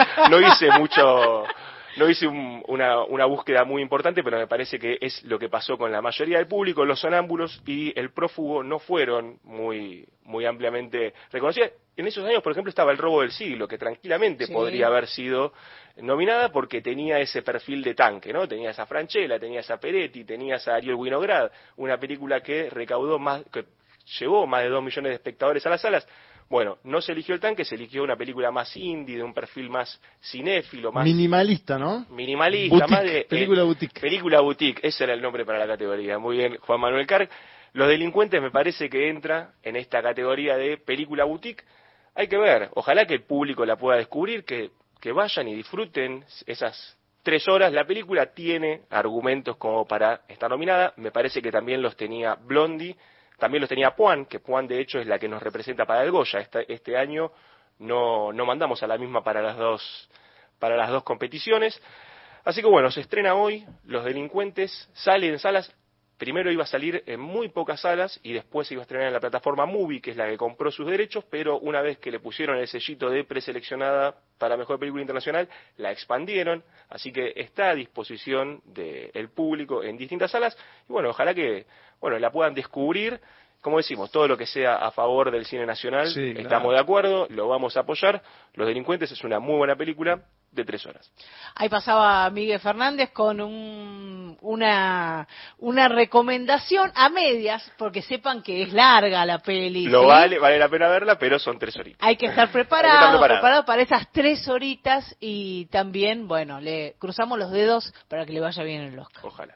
no hice una búsqueda muy importante, pero me parece que es lo que pasó con la mayoría del público. Los Sonámbulos y El Prófugo no fueron muy ampliamente reconocidas. En esos años, por ejemplo, estaba El Robo del Siglo, que tranquilamente podría haber sido nominada porque tenía ese perfil de tanque, ¿no? Tenías a Francella, tenías a Peretti, tenías a Ariel Winograd, una película que llevó más de 2 millones de espectadores a las salas. Bueno, no se eligió el tanque, se eligió una película más indie, de un perfil más cinéfilo, más... Minimalista, ¿no? Minimalista, boutique, más de... película boutique. Película boutique, ese era el nombre para la categoría. Muy bien, Juan Manuel Carg. Los Delincuentes me parece que entra en esta categoría de película boutique. Hay que ver, ojalá que el público la pueda descubrir, que vayan y disfruten esas 3 horas. La película tiene argumentos como para estar nominada. Me parece que también los tenía Blondie. También los tenía Puan, que Puan de hecho es la que nos representa para el Goya. Este año no mandamos a la misma para las dos competiciones. Así que bueno, se estrena hoy, Los Delincuentes, sale en salas. Primero iba a salir en muy pocas salas y después se iba a estrenar en la plataforma Movie, que es la que compró sus derechos, pero una vez que le pusieron el sellito de preseleccionada para Mejor Película Internacional, la expandieron, así que está a disposición del público en distintas salas, y bueno, ojalá que la puedan descubrir. Como decimos, todo lo que sea a favor del cine nacional, estamos de acuerdo, lo vamos a apoyar. Los Delincuentes es una muy buena película de 3 horas. Ahí pasaba Miguel Fernández con una recomendación a medias, porque sepan que es larga la peli. Vale la pena verla, pero son 3 horitas. Hay que estar preparado para esas 3 horitas y también, le cruzamos los dedos para que le vaya bien el Oscar. Ojalá.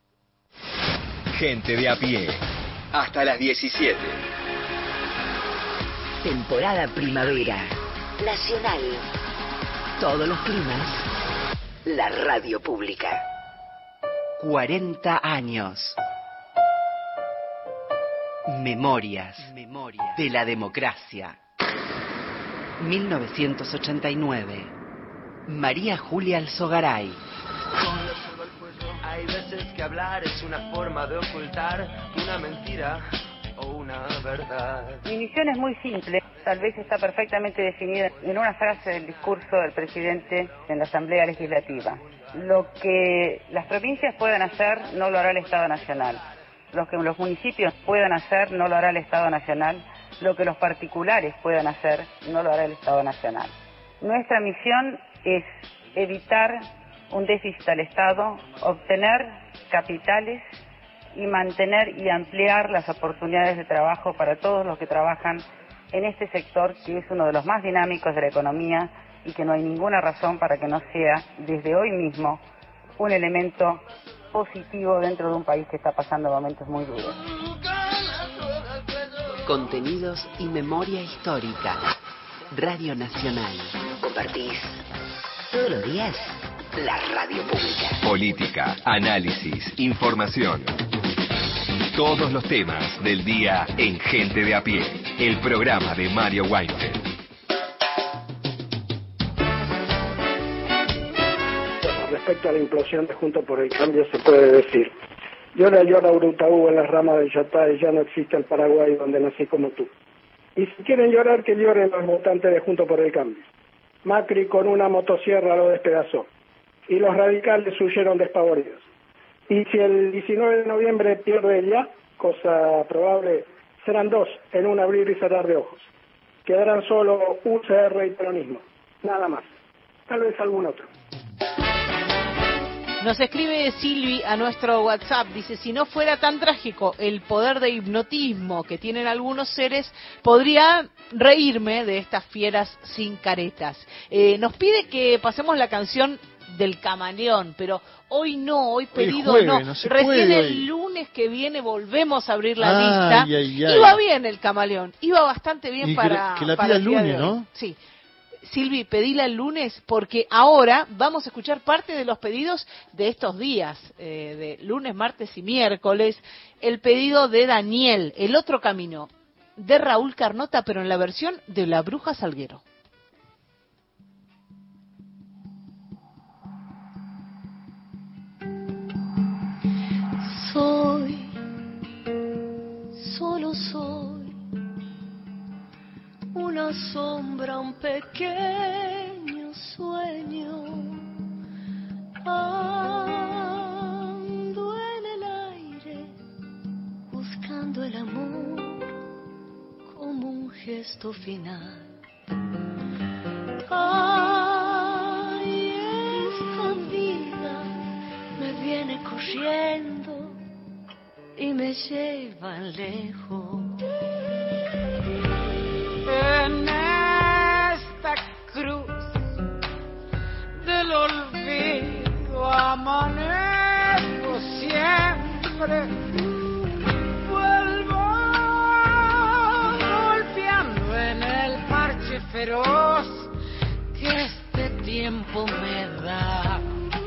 Gente de a pie. Hasta las 17. Temporada primavera. Nacional. Todos los climas. La radio pública. 40 años. Memorias de la democracia. 1989. María Julia Alzogaray. Hay veces que hablar es una forma de ocultar una mentira o una verdad. Mi misión es muy simple, tal vez está perfectamente definida en una frase del discurso del presidente en la Asamblea Legislativa. Lo que las provincias puedan hacer no lo hará el Estado Nacional. Lo que los municipios puedan hacer no lo hará el Estado Nacional. Lo que los particulares puedan hacer no lo hará el Estado Nacional. Nuestra misión es evitar un déficit al Estado, obtener capitales y mantener y ampliar las oportunidades de trabajo para todos los que trabajan en este sector, que es uno de los más dinámicos de la economía y que no hay ninguna razón para que no sea desde hoy mismo un elemento positivo dentro de un país que está pasando momentos muy duros. Contenidos y memoria histórica. Radio Nacional. Compartís todos los días la radio pública. Política, análisis, información. Todos los temas del día en Gente de a pie. El programa de Mario Weinfeld. Respecto a la implosión de Juntos por el Cambio se puede decir: llora Urutaú en las ramas del Yatay, ya no existe el Paraguay donde nací como tú. Y si quieren llorar, que lloren los votantes de Juntos por el Cambio. Macri con una motosierra lo despedazó y los radicales huyeron despavoridos. Y si el 19 de noviembre pierde el ya, cosa probable, serán 2 en un abrir y cerrar de ojos. Quedarán solo UCR y peronismo, nada más. Tal vez algún otro. Nos escribe Silvi a nuestro WhatsApp, dice: si no fuera tan trágico el poder de hipnotismo que tienen algunos seres, podría reírme de estas fieras sin caretas. Nos pide que pasemos la canción del camaleón, pero hoy no, hoy pedido jueves, no. no se Recién puede el hoy. lunes que viene volvemos a abrir la lista. Ay, ay, ay. Iba bien el camaleón, iba bastante bien Y para que la para pida el el día de lunes, hoy. ¿no? Sí. Silvi, pedila el lunes porque ahora vamos a escuchar parte de los pedidos de estos días, de lunes, martes y miércoles. El pedido de Daniel, El otro camino, de Raúl Carnota, pero en la versión de La Bruja Salguero. Solo soy una sombra, un pequeño sueño. Ando en el aire buscando el amor como un gesto final. Ay, esta vida me viene corriendo y me lleva lejos. En esta cruz del olvido amanezco siempre. Vuelvo golpeando en el parche feroz que este tiempo me da.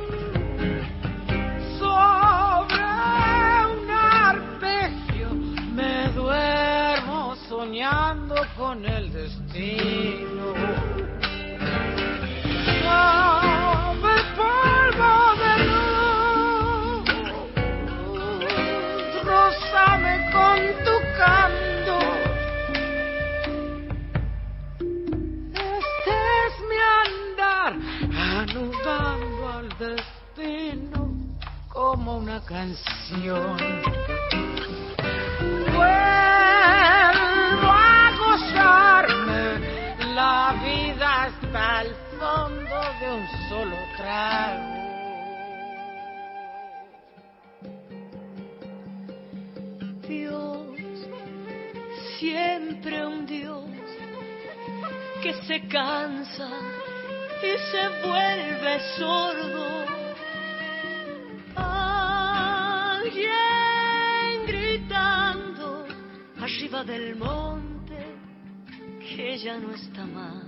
Sobre un arpegio me duermo soñando con el destino. Sobre el polvo de luz, rózame con tu canto. Este es mi andar, anudando al destino como una canción. Vuelvo a gozarme la vida hasta el fondo de un solo trago. Dios, siempre un Dios que se cansa y se vuelve sordo. Alguien gritando arriba del monte que ya no está más.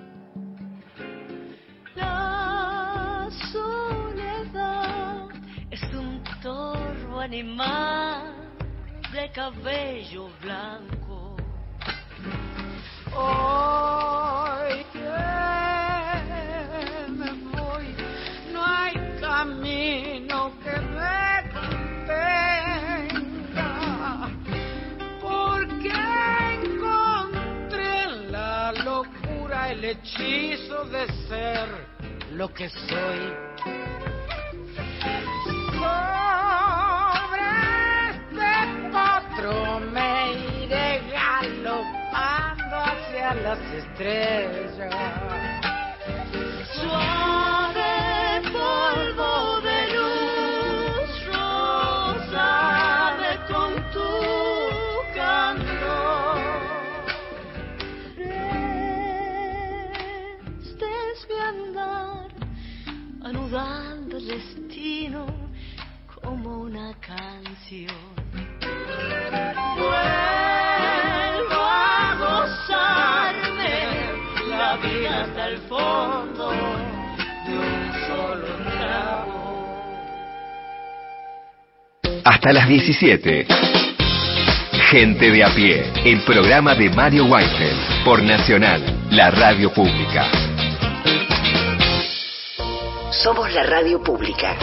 La soledad es un toro animal de cabello blanco. Hoy que me voy, no hay camino que me contenga, porque encontré en la locura el hechizo de ser lo que soy. Sobre este potro me iré galopando hacia las estrellas. Suave polvo de luz, rózame con tu canto. Este es mi andar, anudando el destino como una canción. Vuelvo a gozarme la vida hasta el fondo de un solo trago. Hasta las 17. Gente de a pie, el programa de Mario Weinfeld por Nacional, la radio pública. Somos la radio pública.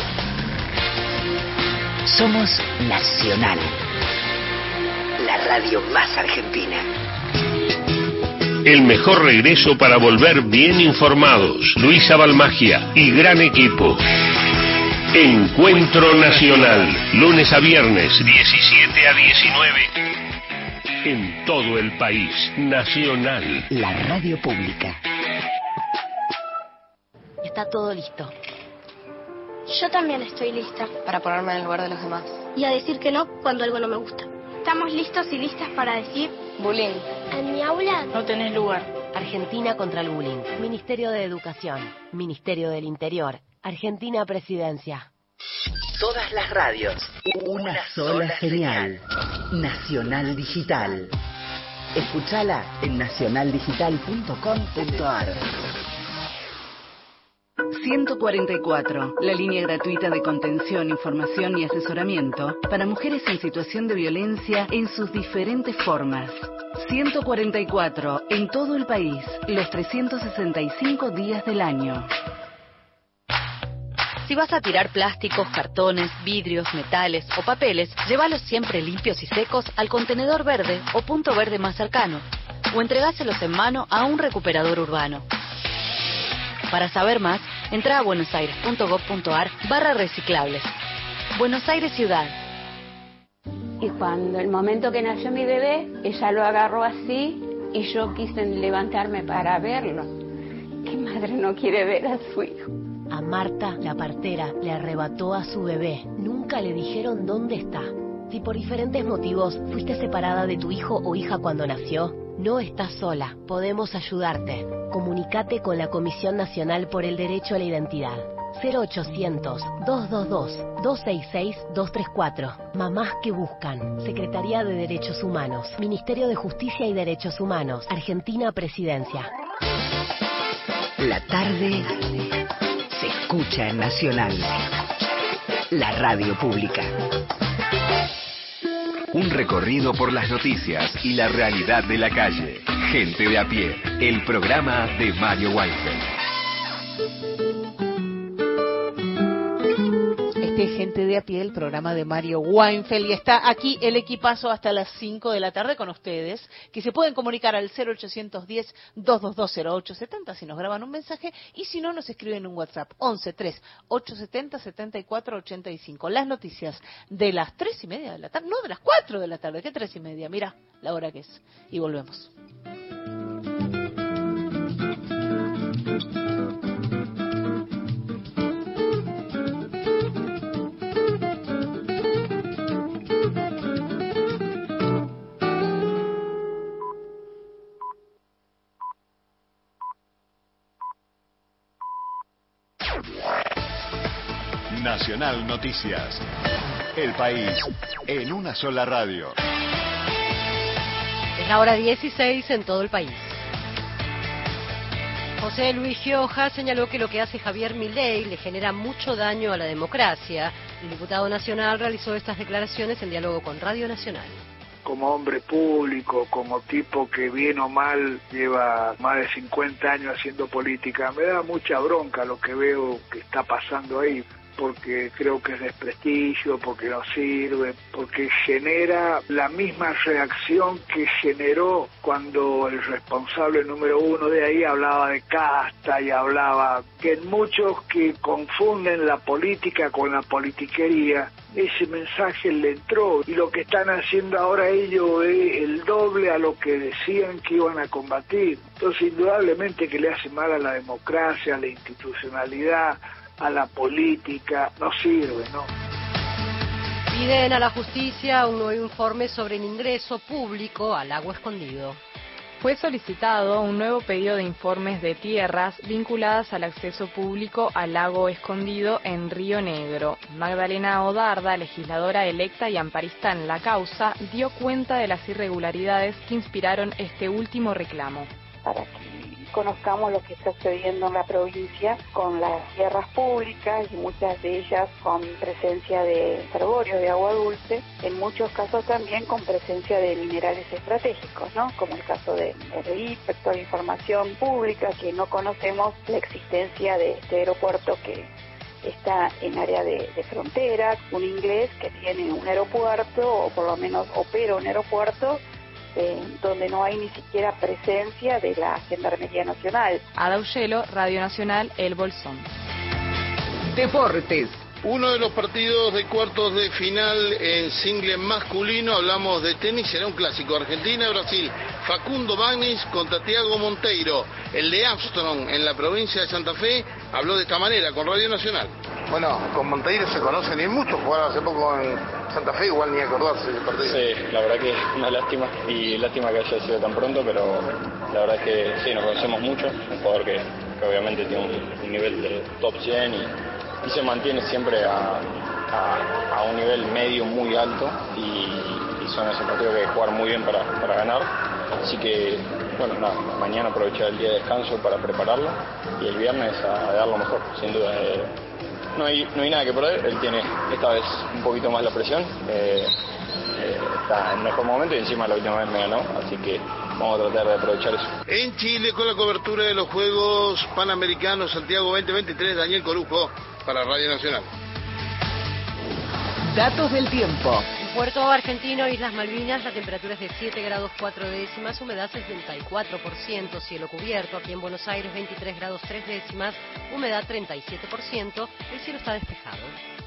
Somos Nacional, la radio más argentina. El mejor regreso para volver bien informados. Luisa Balmagia y gran equipo. Encuentro Nacional, lunes a viernes, 17 a 19. En todo el país, Nacional. La radio pública. Está todo listo. Yo también estoy lista. Para ponerme en el lugar de los demás. Y a decir que no cuando algo no me gusta. Estamos listos y listas para decir... Bullying. En mi aula... No tenés lugar. Argentina contra el bullying. Ministerio de Educación. Ministerio del Interior. Argentina Presidencia. Todas las radios. Una sola señal. Nacional Digital. Escúchala en nacionaldigital.com.ar. 144, la línea gratuita de contención, información y asesoramiento para mujeres en situación de violencia en sus diferentes formas. 144, en todo el país, los 365 días del año. Si vas a tirar plásticos, cartones, vidrios, metales o papeles, llévalos siempre limpios y secos al contenedor verde o punto verde más cercano, o entregáselos en mano a un recuperador urbano. Para saber más, entra a buenosaires.gov.ar/reciclables. Buenos Aires Ciudad. Y cuando el momento que nació mi bebé, ella lo agarró así y yo quise levantarme para verlo. ¿Qué madre no quiere ver a su hijo? A Marta, la partera, le arrebató a su bebé. Nunca le dijeron dónde está. Si por diferentes motivos fuiste separada de tu hijo o hija cuando nació, no estás sola. Podemos ayudarte. Comunicate con la Comisión Nacional por el Derecho a la Identidad. 0800-222-266-234. Mamás que buscan. Secretaría de Derechos Humanos. Ministerio de Justicia y Derechos Humanos. Argentina Presidencia. La tarde se escucha en Nacional. La radio pública. Un recorrido por las noticias y la realidad de la calle. Gente de a pie. El programa de Mario Weinfeld. Gente de a pie, el programa de Mario Weinfeld, y está aquí el equipazo hasta las 5 de la tarde con ustedes, que se pueden comunicar al 0810-222-0870 si nos graban un mensaje, y si no, nos escriben un WhatsApp 11-3-870-7485. Las noticias de las 3:30 de la tarde, no, de las 4 de la tarde, ¿qué 3:30? Mira la hora que es, y volvemos. Nacional Noticias. El país en una sola radio. Es la hora 16 en todo el país. José Luis Gioja señaló que lo que hace Javier Milei le genera mucho daño a la democracia. El diputado nacional realizó estas declaraciones en diálogo con Radio Nacional. Como hombre público, como tipo que bien o mal lleva más de 50 años haciendo política, me da mucha bronca lo que veo que está pasando ahí, porque creo que es desprestigio, porque no sirve, porque genera la misma reacción que generó cuando el responsable número uno de ahí hablaba de casta y hablaba que en muchos que confunden la política con la politiquería, ese mensaje le entró, y lo que están haciendo ahora ellos es el doble a lo que decían que iban a combatir. Entonces, indudablemente que le hace mal a la democracia, a la institucionalidad, a la política, no sirve, ¿no? Piden a la justicia un nuevo informe sobre el ingreso público al lago escondido. Fue solicitado un nuevo pedido de informes de tierras vinculadas al acceso público al lago escondido en Río Negro. Magdalena Odarda, legisladora electa y amparista en la causa, dio cuenta de las irregularidades que inspiraron este último reclamo. Para que conozcamos lo que está sucediendo en la provincia con las tierras públicas, y muchas de ellas con presencia de reservorios de agua dulce, en muchos casos también con presencia de minerales estratégicos, ¿no? Como el caso de RI, sector de información pública, que no conocemos la existencia de este aeropuerto que está en área de frontera, un inglés que tiene un aeropuerto, o por lo menos opera un aeropuerto, donde no hay ni siquiera presencia de la Gendarmería Nacional. Ada Ugelo, Radio Nacional, El Bolsón. Deportes. Uno de los partidos de cuartos de final en single masculino, hablamos de tenis, será un clásico. Argentina-Brasil, Facundo Bagnis contra Thiago Monteiro. El de Armstrong en la provincia de Santa Fe habló de esta manera con Radio Nacional. Bueno, con Monteiro se conocen y muchos jugaron hace poco en Santa Fe, igual ni acordarse del partido. Sí, la verdad que es una lástima, y lástima que haya sido tan pronto, pero la verdad es que sí, nos conocemos mucho. Un jugador que obviamente tiene un nivel de top 100 y se mantiene siempre a un nivel medio muy alto y son esos partidos que hay que jugar muy bien para ganar. Así que, bueno, nada, mañana aprovechar el día de descanso para prepararlo y el viernes a dar lo mejor, sin duda. No hay nada que perder, él tiene esta vez un poquito más la presión, está en mejor momento y encima la última vez me ganó, así que vamos a tratar de aprovechar eso. En Chile, con la cobertura de los Juegos Panamericanos Santiago 2023, Daniel Corujo para Radio Nacional. Datos del tiempo. En Puerto Argentino, Islas Malvinas, la temperatura es de 7 grados 4 décimas, humedad 64%, cielo cubierto. Aquí en Buenos Aires, 23 grados 3 décimas, humedad 37%, el cielo está despejado.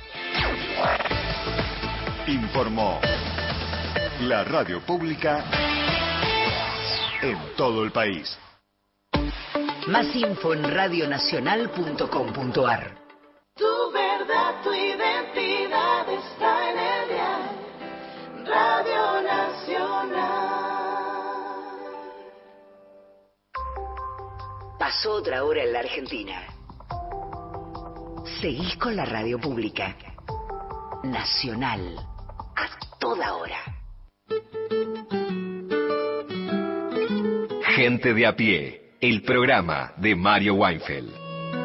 Informó la radio pública en todo el país. Más info en radionacional.com.ar. Tu verdad, tu identidad está en el dial. Radio Nacional. Pasó otra hora en la Argentina. Seguís con la radio pública. Nacional. A toda hora. Gente de a pie, el programa de Mario Weinfeld.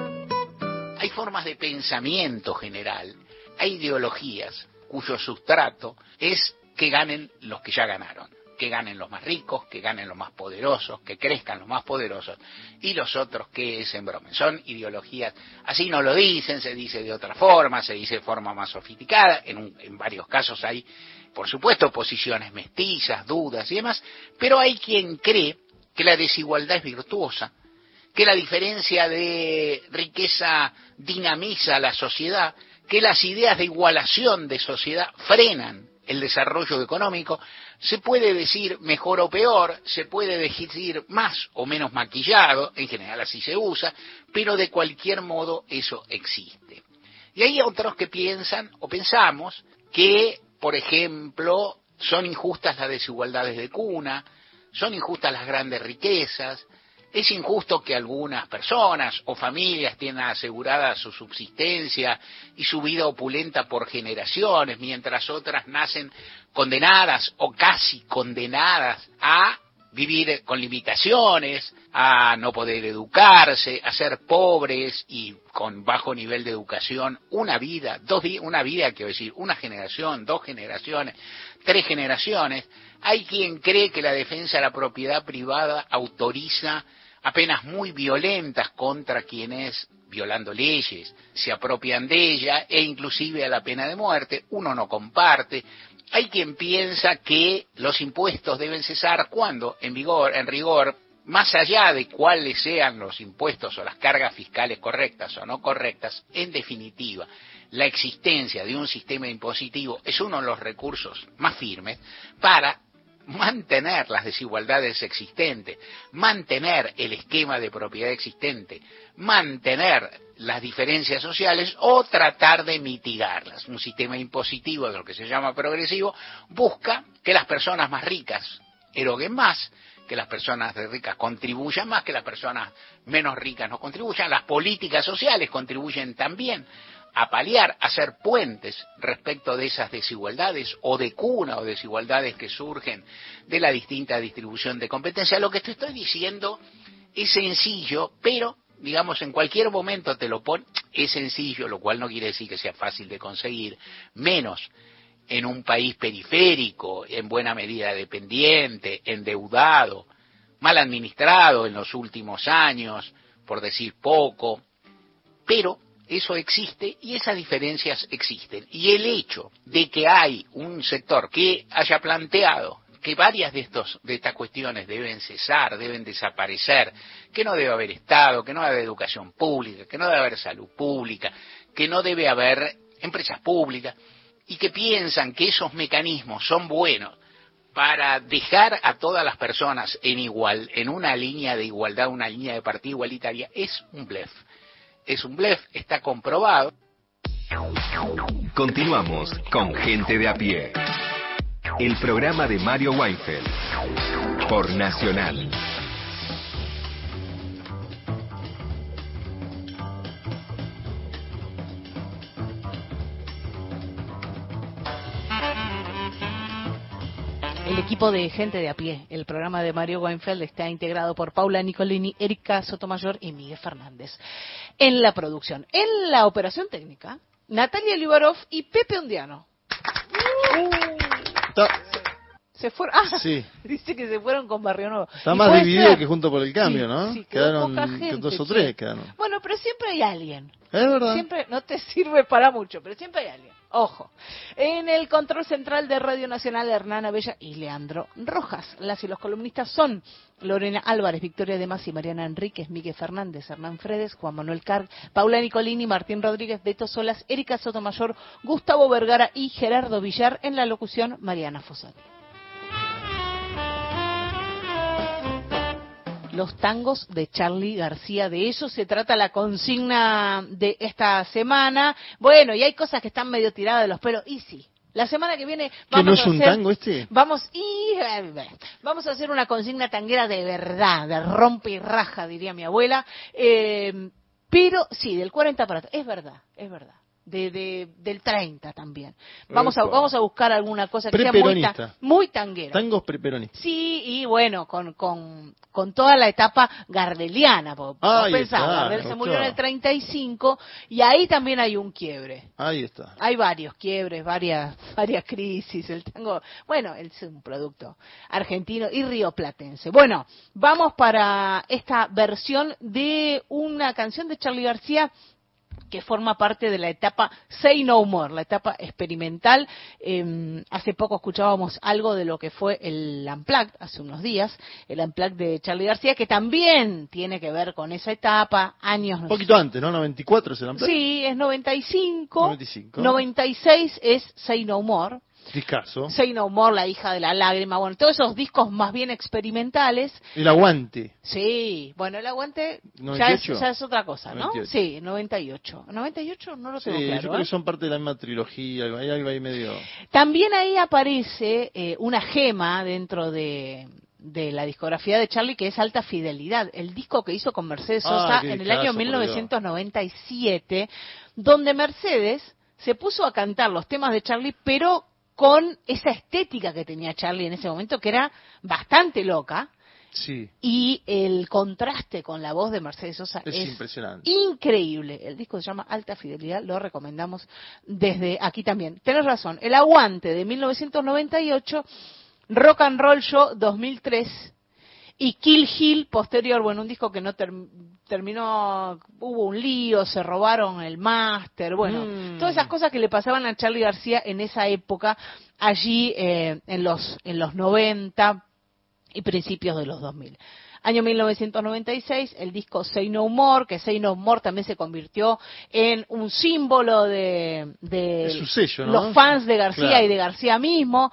Hay formas de pensamiento general, hay ideologías cuyo sustrato es que ganen los que ya ganaron, que ganen los más ricos, que ganen los más poderosos, que crezcan los más poderosos y los otros que se embromen. Son ideologías, así no lo dicen, se dice de otra forma, se dice de forma más sofisticada, en varios casos hay, por supuesto, posiciones mestizas, dudas y demás, pero hay quien cree que la desigualdad es virtuosa, que la diferencia de riqueza dinamiza la sociedad, que las ideas de igualación de sociedad frenan el desarrollo económico. Se puede decir mejor o peor, se puede decir más o menos maquillado, en general así se usa, pero de cualquier modo eso existe. Y hay otros que piensan o pensamos que, por ejemplo, son injustas las desigualdades de cuna, son injustas las grandes riquezas, es injusto que algunas personas o familias tengan asegurada su subsistencia y su vida opulenta por generaciones, mientras otras nacen condenadas o casi condenadas a vivir con limitaciones, a no poder educarse, a ser pobres y con bajo nivel de educación, una vida, quiero decir, una generación, 2 generaciones, 3 generaciones. Hay quien cree que la defensa de la propiedad privada autoriza a penas muy violentas contra quienes, violando leyes, se apropian de ella e inclusive a la pena de muerte. Uno no comparte. Hay quien piensa que los impuestos deben cesar cuando, en rigor, más allá de cuáles sean los impuestos o las cargas fiscales correctas o no correctas, en definitiva, la existencia de un sistema impositivo es uno de los recursos más firmes para mantener las desigualdades existentes, mantener el esquema de propiedad existente, mantener las diferencias sociales o tratar de mitigarlas. Un sistema impositivo, de lo que se llama progresivo, busca que las personas más ricas eroguen más, que las personas ricas contribuyan más, que las personas menos ricas no contribuyan. Las políticas sociales contribuyen también a paliar, a hacer puentes respecto de esas desigualdades o de cuna o desigualdades que surgen de la distinta distribución de competencia. Lo que te estoy diciendo es sencillo, pero digamos en cualquier momento te lo pone, es sencillo, lo cual no quiere decir que sea fácil de conseguir, menos en un país periférico, en buena medida dependiente, endeudado, mal administrado en los últimos años, por decir poco, pero eso existe y esas diferencias existen. Y el hecho de que hay un sector que haya planteado que varias de estas cuestiones deben cesar, deben desaparecer, que no debe haber Estado, que no debe haber educación pública, que no debe haber salud pública, que no debe haber empresas públicas, y que piensan que esos mecanismos son buenos para dejar a todas las personas en una línea de igualdad, una línea de partida igualitaria, es un blef. Es un blef, está comprobado. Continuamos con Gente de a pie. El programa de Mario Weinfeld por Nacional. equipo de Gente de a Pie, el programa de Mario Weinfeld, está integrado por Paula Nicolini, Erika Sotomayor y Miguel Fernández. En la producción, en la operación técnica, Natalia Libarov y Pepe Undiano. Se fueron. Sí. Dice que se fueron con Barrio Nuevo. Está más dividido que Junto por el Cambio, sí, ¿no? Sí, quedaron poca gente, 2 o 3 quedaron. Bueno, pero siempre hay alguien. Es verdad. Siempre no te sirve para mucho, pero siempre hay alguien. Ojo. En el control central de Radio Nacional, Hernán Bella y Leandro Rojas. Las y los columnistas son Lorena Álvarez, Victoria de Masi, Mariana Enríquez, Miguel Fernández, Hernán Fredes, Juan Manuel Carg, Paula Nicolini, Martín Rodríguez, Beto Solas, Erika Sotomayor, Gustavo Vergara y Gerardo Villar. En la locución, Mariana Fossati. Los tangos de Charly García, de eso se trata la consigna de esta semana. Bueno, y hay cosas que están medio tiradas de los pelos, y sí. La semana que viene vamos ¿Que no es un tango este? Vamos a hacer una consigna tanguera de verdad, de rompe y raja, diría mi abuela. Pero sí, del 40 para atrás, es verdad. Del 30 también. Vamos a buscar alguna cosa que sea muy tanguera. Tangos preperonistas. Sí, y bueno, con toda la etapa gardeliana. Gardel se murió en el 35 y ahí también hay un quiebre. Ahí está. Hay varios quiebres, varias crisis. El tango, bueno, es un producto argentino y rioplatense. Bueno, vamos para esta versión de una canción de Charly García que forma parte de la etapa Say No More, la etapa experimental. Hace poco escuchábamos algo de lo que fue el Unplugged, hace unos días, el Unplugged de Charly García, que también tiene que ver con esa etapa, años... Un poquito antes, ¿no? 94 es el Unplugged. Sí, es 95. 96 es Say No More. Discazo. Say No More, La hija de la lágrima, bueno, todos esos discos más bien experimentales. El Aguante. Sí, bueno, el Aguante ya es otra cosa, ¿no? 98. Sí, 98. 98 no lo tengo claro. Yo creo que son parte de la misma trilogía, hay algo ahí medio... También ahí aparece una gema dentro de la discografía de Charly, que es Alta Fidelidad, el disco que hizo con Mercedes Sosa en el año 1997, donde Mercedes se puso a cantar los temas de Charly, pero con esa estética que tenía Charly en ese momento, que era bastante loca. Sí. Y el contraste con la voz de Mercedes Sosa es impresionante. Increíble. El disco se llama Alta Fidelidad, lo recomendamos desde aquí también. Tenés razón, El Aguante de 1998, Rock and Roll Show 2003 y Kill Hill posterior, bueno, un disco que no terminó, hubo un lío, se robaron el máster, bueno, todas esas cosas que le pasaban a Charly García en esa época, allí en los 90 y principios de los 2000. Año 1996, el disco Say No More, que Say No More también se convirtió en un símbolo de su sello, ¿no? Los fans de García, claro, y de García mismo,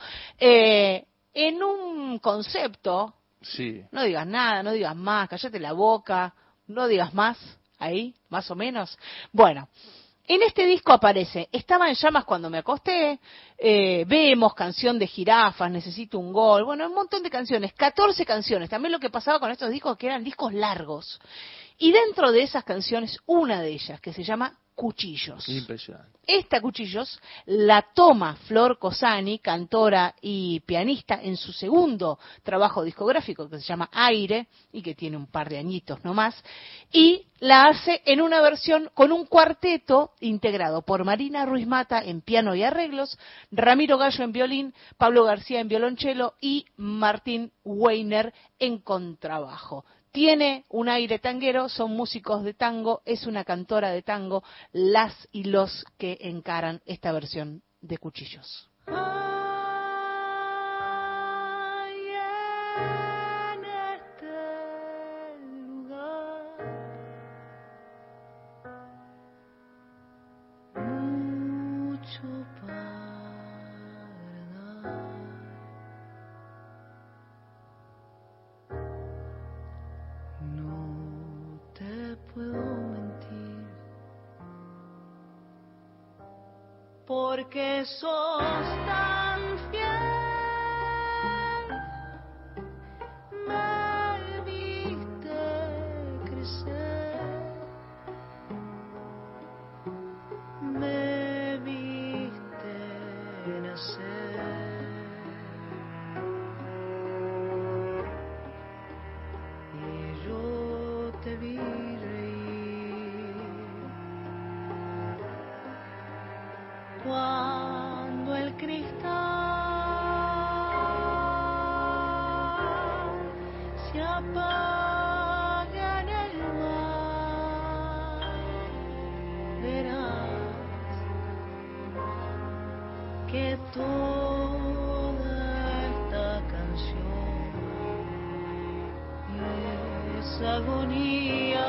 en un concepto. Sí. No digas nada, no digas más, cállate la boca, no digas más, ahí, más o menos. Bueno, en este disco aparece Estaba en llamas cuando me acosté, Vemos, Canción de jirafas, Necesito un gol, bueno, un montón de canciones, 14 canciones. También lo que pasaba con estos discos, que eran discos largos. Y dentro de esas canciones, una de ellas, que se llama Cuchillos. Impresionante. Esta Cuchillos la toma Flor Cosani, cantora y pianista, en su segundo trabajo discográfico que se llama Aire y que tiene un par de añitos nomás, y la hace en una versión con un cuarteto integrado por Marina Ruiz Mata en piano y arreglos, Ramiro Gallo en violín, Pablo García en violonchelo y Martín Weiner en contrabajo. Tiene un aire tanguero, son músicos de tango, es una cantora de tango, las y los que encaran esta versión de Cuchillos. Porque sos tan fiel, me viste crecer, me viste nacer. cuando el cristal se apaga en el mar, verás que toda esta canción es agonía.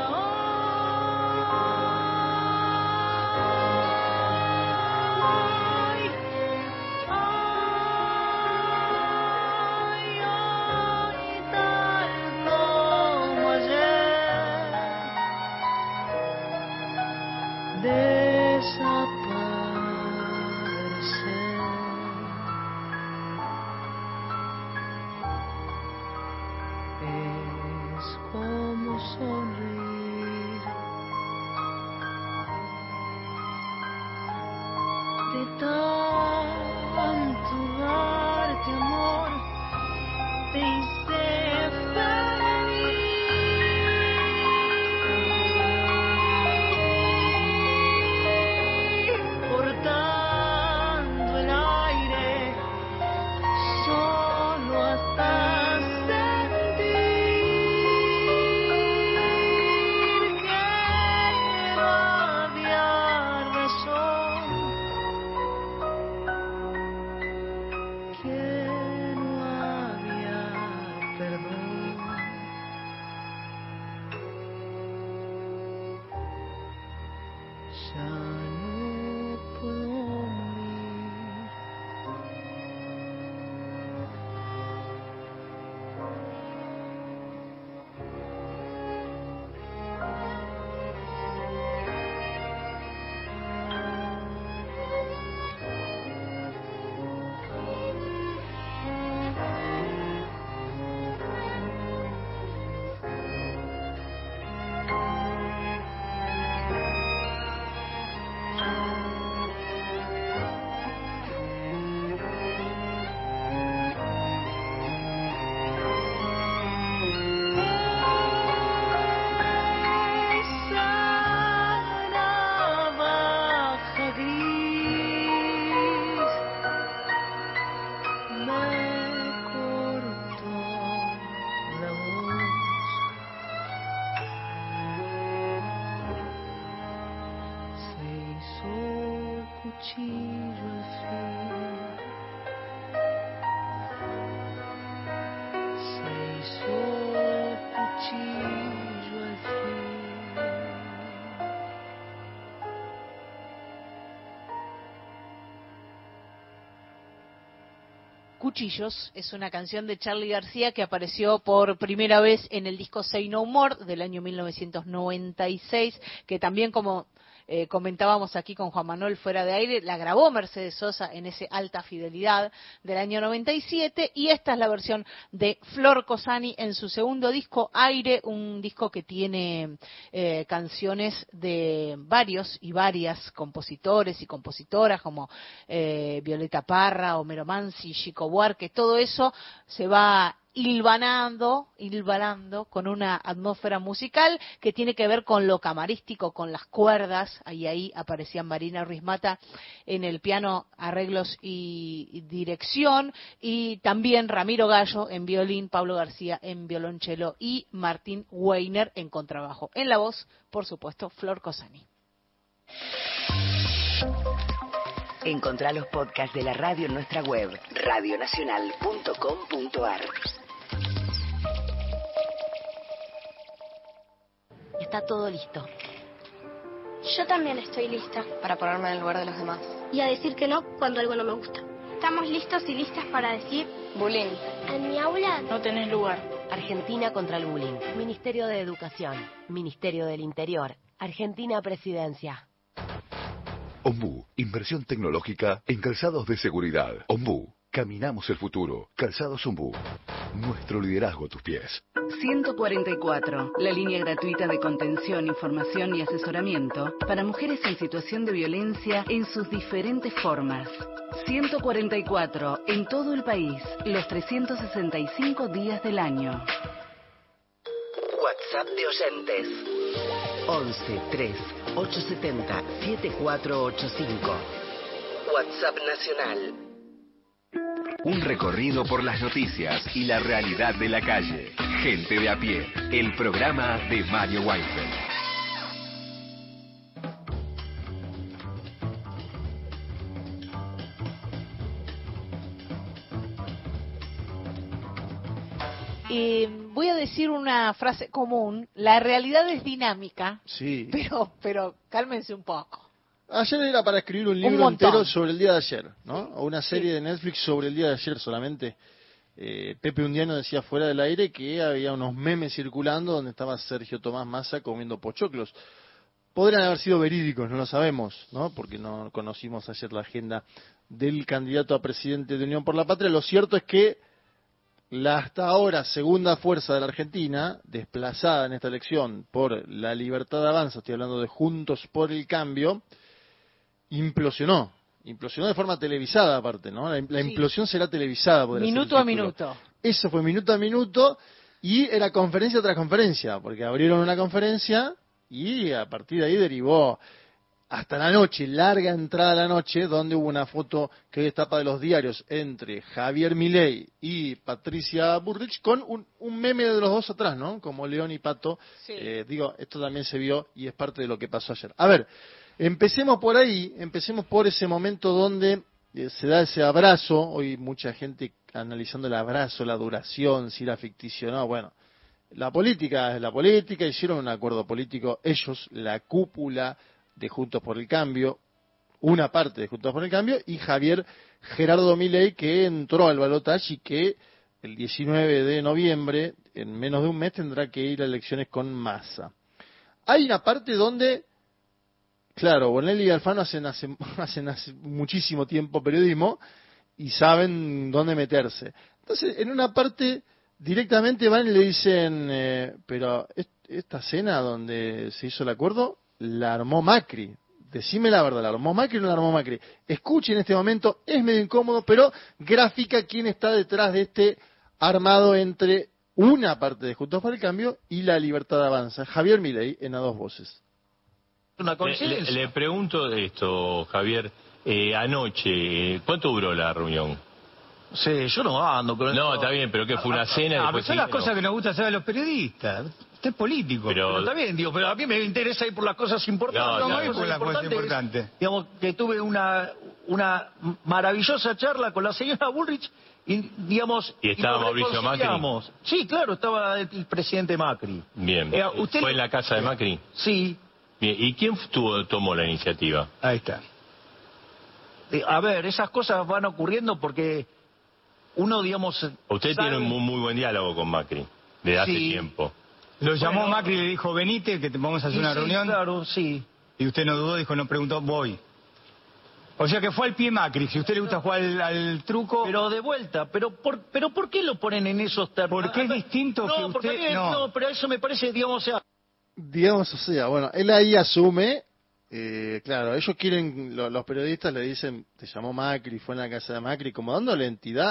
Cuchillos es una canción de Charly García que apareció por primera vez en el disco Say No More del año 1996, que también, como comentábamos aquí con Juan Manuel fuera de aire, la grabó Mercedes Sosa en ese Alta Fidelidad del año 97, y esta es la versión de Flor Cosani en su segundo disco, Aire, un disco que tiene canciones de varios y varias compositores y compositoras como Violeta Parra, Homero Mansi, Chico Buarque. Todo eso se va hilvanando con una atmósfera musical que tiene que ver con lo camarístico, con las cuerdas. Ahí aparecían Marina Ruiz Mata en el piano, arreglos y dirección, y también Ramiro Gallo en violín, Pablo García en violonchelo y Martín Weiner en contrabajo. En la voz, por supuesto, Flor Cosani. Encontrá los podcasts de la radio en nuestra web, radionacional.com.ar. Está todo listo. Yo también estoy lista. Para ponerme en el lugar de los demás. Y a decir que no cuando algo no me gusta. Estamos listos y listas para decir... Bullying. En mi aula no tenés lugar. Argentina contra el bullying. Ministerio de Educación. Ministerio del Interior. Argentina Presidencia. Ombú, inversión tecnológica en calzados de seguridad. Ombú, caminamos el futuro. Calzados Ombú, nuestro liderazgo a tus pies. 144, la línea gratuita de contención, información y asesoramiento para mujeres en situación de violencia en sus diferentes formas. 144, en todo el país, los 365 días del año. WhatsApp de oyentes. 11 3 870 7485. WhatsApp nacional. Un recorrido por las noticias y la realidad de la calle. Gente de a pie. El programa de Mario Weinfeld. Voy a decir una frase común. La realidad es dinámica. Sí. Pero cálmense un poco. Ayer era para escribir un libro entero sobre el día de ayer, ¿no? O una serie de Netflix sobre el día de ayer solamente. Pepe Undiano decía fuera del aire que había unos memes circulando donde estaba Sergio Tomás Massa comiendo pochoclos. Podrían haber sido verídicos, no lo sabemos, ¿no? Porque no conocimos ayer la agenda del candidato a presidente de Unión por la Patria. Lo cierto es que la hasta ahora segunda fuerza de la Argentina, desplazada en esta elección por La Libertad Avanza, estoy hablando de Juntos por el Cambio, implosionó de forma televisada aparte, ¿no? La implosión será televisada. Minuto a minuto. Eso fue minuto a minuto y era conferencia tras conferencia, porque abrieron una conferencia y a partir de ahí derivó hasta la noche, larga entrada a la noche, donde hubo una foto que hoy es tapa de los diarios entre Javier Milei y Patricia Bullrich con un meme de los dos atrás, ¿no? Como León y Pato. Sí. Esto también se vio y es parte de lo que pasó ayer. A ver, empecemos por ahí, empecemos por ese momento donde se da ese abrazo. Hoy mucha gente analizando el abrazo, la duración, si era ficticio o no. Bueno, la política es la política, hicieron un acuerdo político ellos, la cúpula de Juntos por el Cambio, una parte de Juntos por el Cambio, y Javier Gerardo Milei, que entró al balotaje y que el 19 de noviembre, en menos de un mes, tendrá que ir a elecciones con Massa. Hay una parte donde, claro, Bonelli y Alfano hacen hace muchísimo tiempo periodismo y saben dónde meterse. Entonces, en una parte directamente van y le dicen, pero esta cena donde se hizo el acuerdo, la armó Macri. Decime la verdad, ¿la armó Macri o no la armó Macri? Escuche en este momento, es medio incómodo, pero grafica quién está detrás de este armado entre una parte de Juntos por el Cambio y La Libertad Avanza. Javier Milei en A Dos Voces. Le pregunto esto, Javier. Anoche, ¿cuánto duró la reunión? Sí, yo no ando. Pero no, está bien, pero que fue una cena. Son las cosas que nos gusta hacer a los periodistas. Usted es político, pero está bien, digo, pero a mí me interesa ir por las cosas importantes. No es por las cosas importantes. Digamos, que tuve una maravillosa charla con la señora Bullrich y, digamos... ¿Y estaba Mauricio Macri? Sí, claro, estaba el presidente Macri. Bien. ¿Fue en la casa de Macri? Sí. Bien. ¿Y quién tomó la iniciativa? Ahí está. A ver, esas cosas van ocurriendo porque uno, digamos... Usted tiene un muy buen diálogo con Macri, desde hace tiempo. Lo llamó Macri y le dijo, venite, que te vamos a hacer una reunión. Claro, sí. Y usted no dudó, dijo, no preguntó, voy. O sea que fue al pie Macri, si a usted le gusta jugar al truco... Pero de vuelta, ¿pero por qué lo ponen en esos términos? Porque es distinto que usted... Porque no, pero eso me parece, digamos, bueno, él ahí asume... claro, ellos quieren, los periodistas le dicen, te llamó Macri, fue en la casa de Macri, como dándole entidad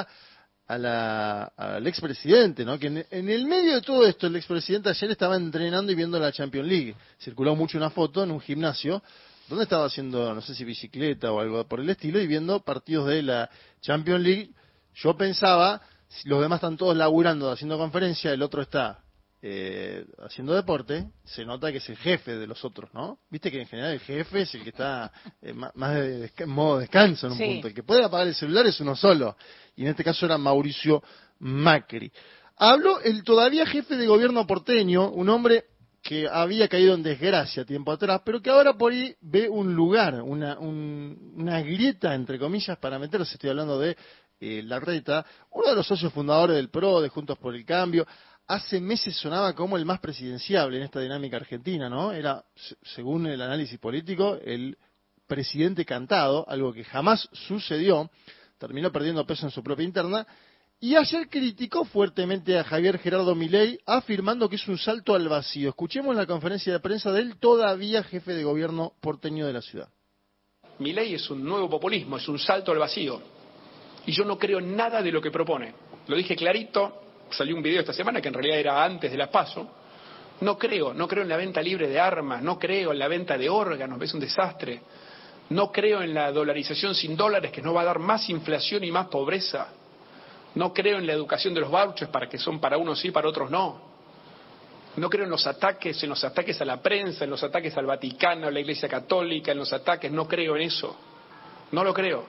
al expresidente, ¿no? Que en el medio de todo esto, el expresidente ayer estaba entrenando y viendo la Champions League. Circuló mucho una foto en un gimnasio donde estaba haciendo, no sé si bicicleta o algo por el estilo, y viendo partidos de la Champions League. Yo pensaba, si los demás están todos laburando, haciendo conferencia, el otro está haciendo deporte, se nota que es el jefe de los otros, ¿no? Viste que en general el jefe es el que está más en modo descanso en un punto. El que puede apagar el celular es uno solo. Y en este caso era Mauricio Macri. Habló el todavía jefe de gobierno porteño, un hombre que había caído en desgracia tiempo atrás, pero que ahora por ahí ve un lugar, una grieta, entre comillas, para meterse. Estoy hablando de Larreta, uno de los socios fundadores del PRO, de Juntos por el Cambio. Hace meses sonaba como el más presidenciable en esta dinámica argentina, ¿no? Era, según el análisis político, el presidente cantado, algo que jamás sucedió. Terminó perdiendo peso en su propia interna. Y ayer criticó fuertemente a Javier Gerardo Milei, afirmando que es un salto al vacío. Escuchemos la conferencia de prensa del todavía jefe de gobierno porteño de la ciudad. Milei es un nuevo populismo, es un salto al vacío. Y yo no creo en nada de lo que propone. Lo dije clarito. Salió un video esta semana que en realidad era antes de las PASO. No creo en la venta libre de armas, no creo en la venta de órganos, es un desastre. No creo en la dolarización sin dólares, que nos va a dar más inflación y más pobreza. No creo en la educación de los vouchers, para que son para unos sí, para otros no. No creo en los ataques a la prensa, en los ataques al Vaticano, a la Iglesia Católica, en los ataques, no creo en eso. No lo creo.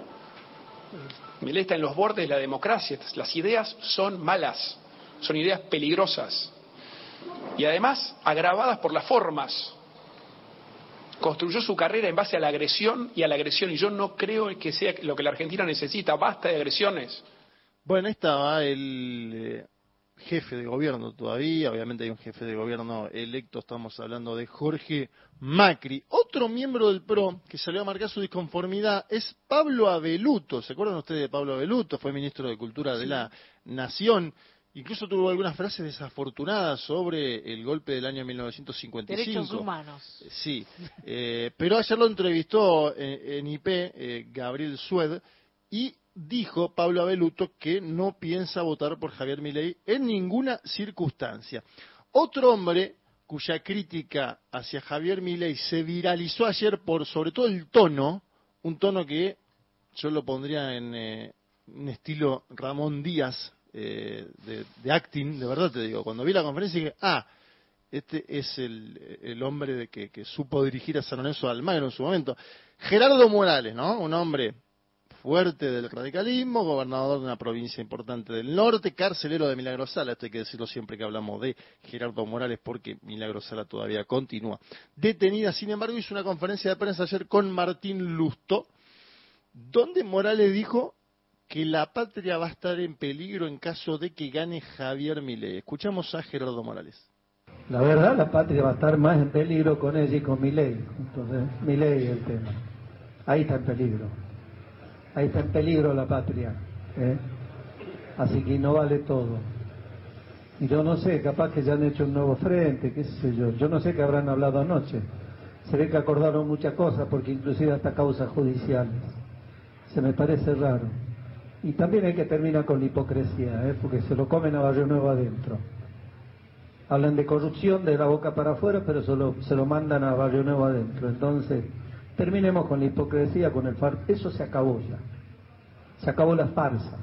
Milei está en los bordes de la democracia. Las ideas son malas, son ideas peligrosas. Y además agravadas por las formas. Construyó su carrera en base a la agresión y yo no creo que sea lo que la Argentina necesita. Basta de agresiones. Bueno, ahí estaba el jefe de gobierno todavía, obviamente hay un jefe de gobierno electo, estamos hablando de Jorge Macri. Otro miembro del PRO que salió a marcar su disconformidad es Pablo Abeluto. ¿Se acuerdan ustedes de Pablo Abeluto? Fue ministro de Cultura de la Nación. Incluso tuvo algunas frases desafortunadas sobre el golpe del año 1955. Derechos humanos. Sí, pero ayer lo entrevistó en IP Gabriel Sued y dijo Pablo Abeluto que no piensa votar por Javier Milei en ninguna circunstancia. Otro hombre cuya crítica hacia Javier Milei se viralizó ayer por sobre todo el tono, un tono que yo lo pondría en un estilo Ramón Díaz, de acting, de verdad te digo, cuando vi la conferencia dije, este es el hombre que supo dirigir a San Lorenzo de Almagro en su momento. Gerardo Morales, ¿no? Un hombre fuerte del radicalismo, gobernador de una provincia importante del norte, carcelero de Milagro Sala, esto hay que decirlo siempre que hablamos de Gerardo Morales porque Milagro Sala todavía continúa detenida. Sin embargo, hizo una conferencia de prensa ayer con Martín Lustó, donde Morales dijo que la patria va a estar en peligro en caso de que gane Javier Milei. Escuchamos a Gerardo Morales. La verdad, la patria va a estar más en peligro con ella y con Milei. Entonces, Milei es el tema. Ahí está en peligro. Ahí está en peligro la patria. Así que no vale todo. Y yo no sé, capaz que ya han hecho un nuevo frente, qué sé yo. Yo no sé qué habrán hablado anoche. Se ve que acordaron muchas cosas, porque inclusive hasta causas judiciales. Se me parece raro. Y también hay que terminar con la hipocresía, porque se lo comen a Barrio Nuevo adentro. Hablan de corrupción de la boca para afuera, pero se lo mandan a Barrio Nuevo adentro. Entonces, terminemos con la hipocresía, con el eso se acabó ya. Se acabó la farsa.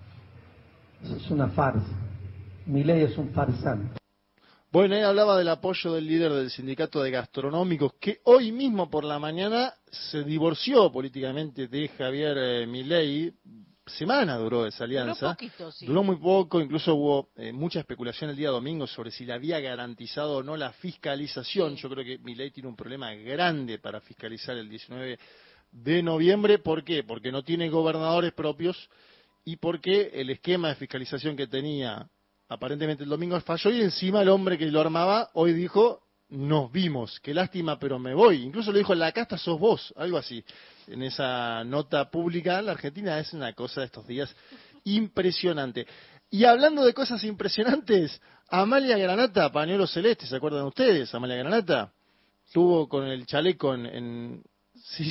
Eso es una farsa. Milei es un farsante. Bueno, él hablaba del apoyo del líder del sindicato de gastronómicos, que hoy mismo por la mañana se divorció políticamente de Javier Milei. Semana duró esa alianza. Duró poquito, sí. Duró muy poco, incluso hubo mucha especulación el día domingo sobre si le había garantizado o no la fiscalización. Sí. Yo creo que Milei tiene un problema grande para fiscalizar el 19 de noviembre. ¿Por qué? Porque no tiene gobernadores propios y porque el esquema de fiscalización que tenía aparentemente el domingo falló y encima el hombre que lo armaba hoy dijo, nos vimos, qué lástima, pero me voy. Incluso le dijo, la casta sos vos, algo así. En esa nota pública, la Argentina es una cosa de estos días impresionante. Y hablando de cosas impresionantes, Amalia Granata, pañuelo celeste, ¿se acuerdan ustedes? Amalia Granata estuvo con el chaleco en... Sí.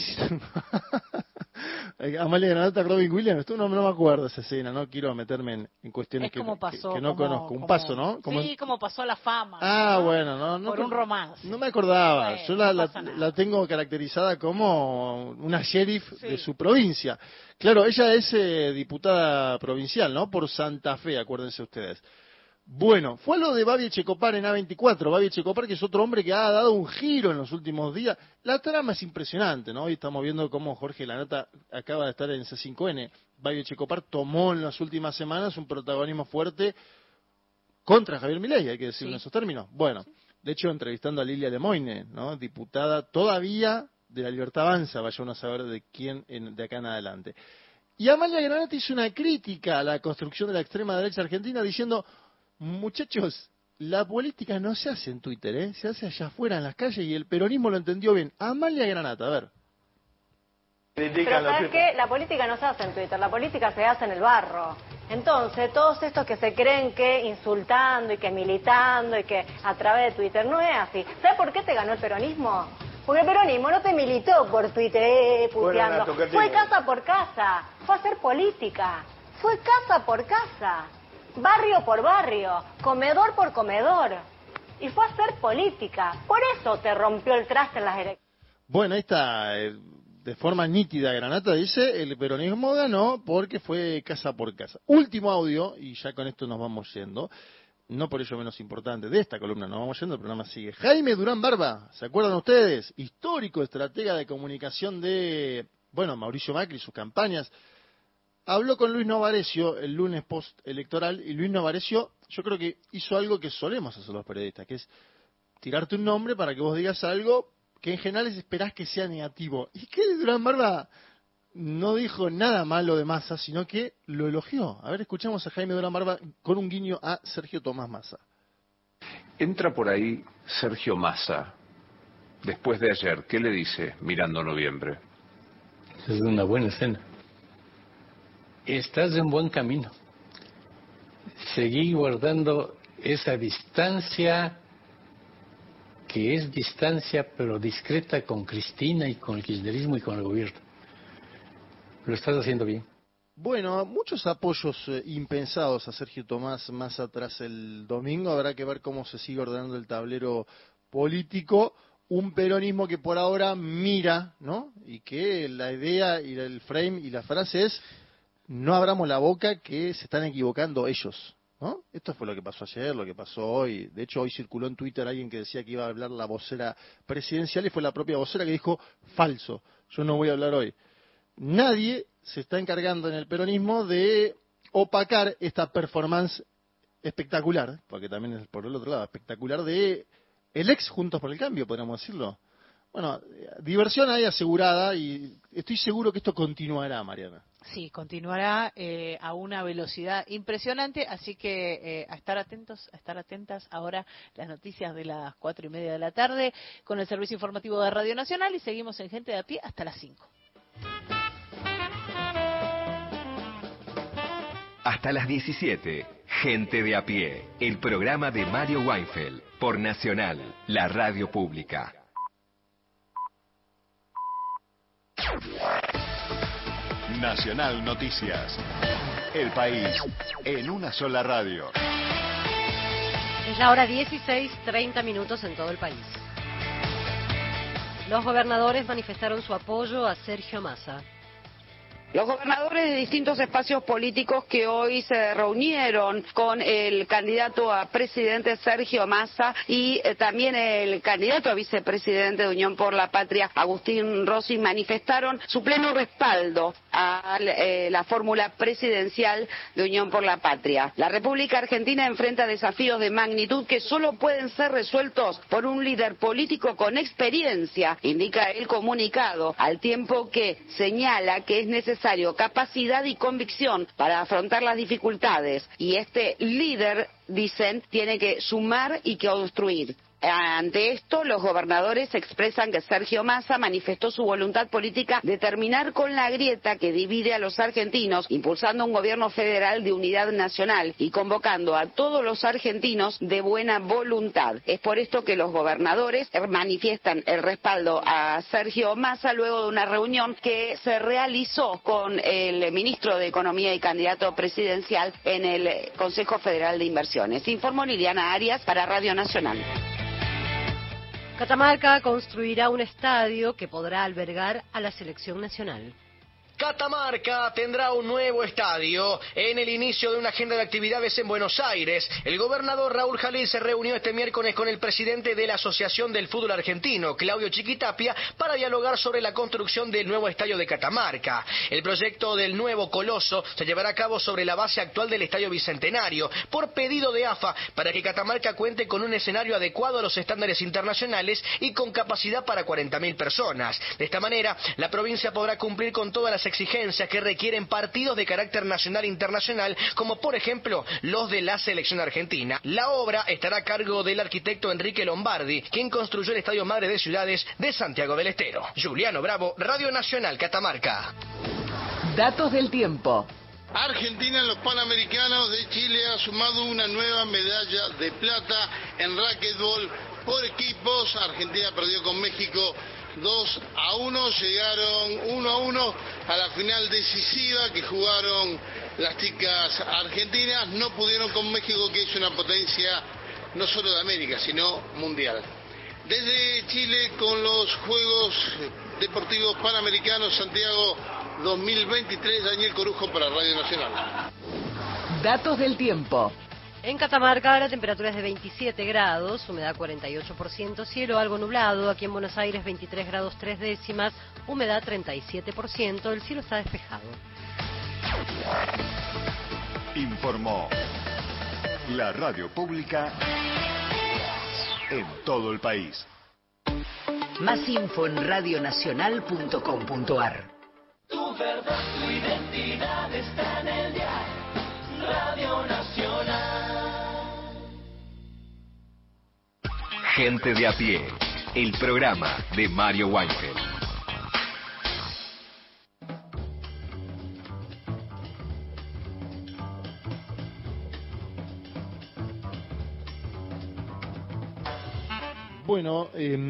Amalia Granata, Robin Williams, no me acuerdo esa escena, no quiero meterme en cuestiones que no conozco. Un paso, ¿no? Como pasó a la fama. Bueno, no. Por un romance. No me acordaba. Bueno, yo la tengo caracterizada como una sheriff de su provincia. Claro, ella es diputada provincial, ¿no? Por Santa Fe, acuérdense ustedes. Bueno, fue lo de Babi Echecopar en A24. Babi Echecopar, que es otro hombre que ha dado un giro en los últimos días. La trama es impresionante, ¿no? Hoy estamos viendo cómo Jorge Lanata acaba de estar en C5N. Babi Echecopar tomó en las últimas semanas un protagonismo fuerte contra Javier Milei, hay que decirlo en esos términos. Bueno, de hecho, entrevistando a Lilia Lemoyne, ¿no? Diputada todavía de la Libertad Avanza, vaya uno a saber de quién de acá en adelante. Y Amalia Granata hizo una crítica a la construcción de la extrema derecha argentina diciendo... Muchachos, la política no se hace en Twitter, se hace allá afuera en las calles y el peronismo lo entendió bien. Amalia Granata, a ver. Pero ¿sabes qué? La política no se hace en Twitter, la política se hace en el barro. Entonces, todos estos que se creen que insultando y que militando y que a través de Twitter, no es así. ¿Sabes por qué te ganó el peronismo? Porque el peronismo no te militó por Twitter, puteando. Fue casa por casa, fue a hacer política, fue casa por casa. Barrio por barrio, comedor por comedor. Y fue a hacer política. Por eso te rompió el traste en las elecciones. Bueno, ahí está. de forma nítida Granata dice, el peronismo ganó porque fue casa por casa. Último audio, y ya con esto nos vamos yendo, no por ello menos importante, de esta columna nos vamos yendo, el programa sigue. Jaime Durán Barba, ¿se acuerdan ustedes? Histórico estratega de comunicación de, Mauricio Macri, sus campañas. Habló con Luis Novarecio el lunes post-electoral, y Luis Novarecio, yo creo que hizo algo que solemos hacer los periodistas, que es tirarte un nombre para que vos digas algo que en general esperás que sea negativo. Y que Durán Barba no dijo nada malo de Massa, sino que lo elogió. A ver, escuchamos a Jaime Durán Barba con un guiño a Sergio Tomás Massa. Entra por ahí Sergio Massa, después de ayer. ¿Qué le dice mirando noviembre? Es una buena escena. Estás en buen camino. Seguí guardando esa distancia, que es distancia pero discreta con Cristina y con el kirchnerismo y con el gobierno. Lo estás haciendo bien. Bueno, muchos apoyos impensados a Sergio Tomás Massa tras el domingo. Habrá que ver cómo se sigue ordenando el tablero político. Un peronismo que por ahora mira, ¿no? Y que la idea y el frame y la frase es: no abramos la boca, que se están equivocando ellos, ¿no? Esto fue lo que pasó ayer, lo que pasó hoy. De hecho, hoy circuló en Twitter alguien que decía que iba a hablar la vocera presidencial, y fue la propia vocera que dijo: falso, yo no voy a hablar hoy. Nadie se está encargando en el peronismo de opacar esta performance espectacular, porque también es por el otro lado espectacular, de el ex Juntos por el Cambio, podríamos decirlo. Bueno, diversión hay asegurada, y estoy seguro que esto continuará, Mariana. Sí, continuará a una velocidad impresionante, así que a estar atentos, a estar atentas. Ahora las noticias de las 4:30 de la tarde con el servicio informativo de Radio Nacional, y seguimos en Gente de a Pie hasta las 5. Hasta las 17, Gente de a Pie, el programa de Mario Weinfeld, por Nacional, la radio pública. Nacional Noticias. El país en una sola radio. Es la hora 16:30 en todo el país. Los gobernadores manifestaron su apoyo a Sergio Massa. Los gobernadores de distintos espacios políticos que hoy se reunieron con el candidato a presidente Sergio Massa y también el candidato a vicepresidente de Unión por la Patria, Agustín Rossi, manifestaron su pleno respaldo a la fórmula presidencial de Unión por la Patria. La República Argentina enfrenta desafíos de magnitud que solo pueden ser resueltos por un líder político con experiencia, indica el comunicado, al tiempo que señala que es necesario capacidad y convicción para afrontar las dificultades, y este líder, dicen, tiene que sumar y que construir. Ante esto, los gobernadores expresan que Sergio Massa manifestó su voluntad política de terminar con la grieta que divide a los argentinos, impulsando un gobierno federal de unidad nacional y convocando a todos los argentinos de buena voluntad. Es por esto que los gobernadores manifiestan el respaldo a Sergio Massa luego de una reunión que se realizó con el ministro de Economía y candidato presidencial en el Consejo Federal de Inversiones. Informó Liliana Arias para Radio Nacional. Catamarca construirá un estadio que podrá albergar a la selección nacional. Catamarca tendrá un nuevo estadio. En el inicio de una agenda de actividades en Buenos Aires, el gobernador Raúl Jalil se reunió este miércoles con el presidente de la Asociación del Fútbol Argentino, Claudio Chiquitapia, para dialogar sobre la construcción del nuevo estadio de Catamarca. El proyecto del nuevo coloso se llevará a cabo sobre la base actual del Estadio Bicentenario, por pedido de AFA, para que Catamarca cuente con un escenario adecuado a los estándares internacionales y con capacidad para 40.000 personas. De esta manera, la provincia podrá cumplir con todas las exigencias que requieren partidos de carácter nacional e internacional, como por ejemplo los de la selección argentina. La obra estará a cargo del arquitecto Enrique Lombardi, quien construyó el Estadio Madre de Ciudades de Santiago del Estero. Juliano Bravo, Radio Nacional, Catamarca. Datos del tiempo. Argentina en los Panamericanos de Chile ha sumado una nueva medalla de plata en racquetball por equipos. Argentina perdió con México 2-1, llegaron 1-1 a la final decisiva que jugaron las chicas argentinas. No pudieron con México, que es una potencia no solo de América, sino mundial. Desde Chile, con los Juegos Deportivos Panamericanos Santiago 2023. Daniel Corujo para Radio Nacional. Datos del tiempo. En Catamarca la temperatura es de 27 grados, humedad 48%, cielo algo nublado. Aquí en Buenos Aires 23 grados 3 décimas, humedad 37%, el cielo está despejado. Informó la radio pública en todo el país. Más info en radionacional.com.ar. Tu verdad, tu identidad está en el diario Radio Nacional. Gente de a pie, el programa de Mario Weinfeld. Bueno,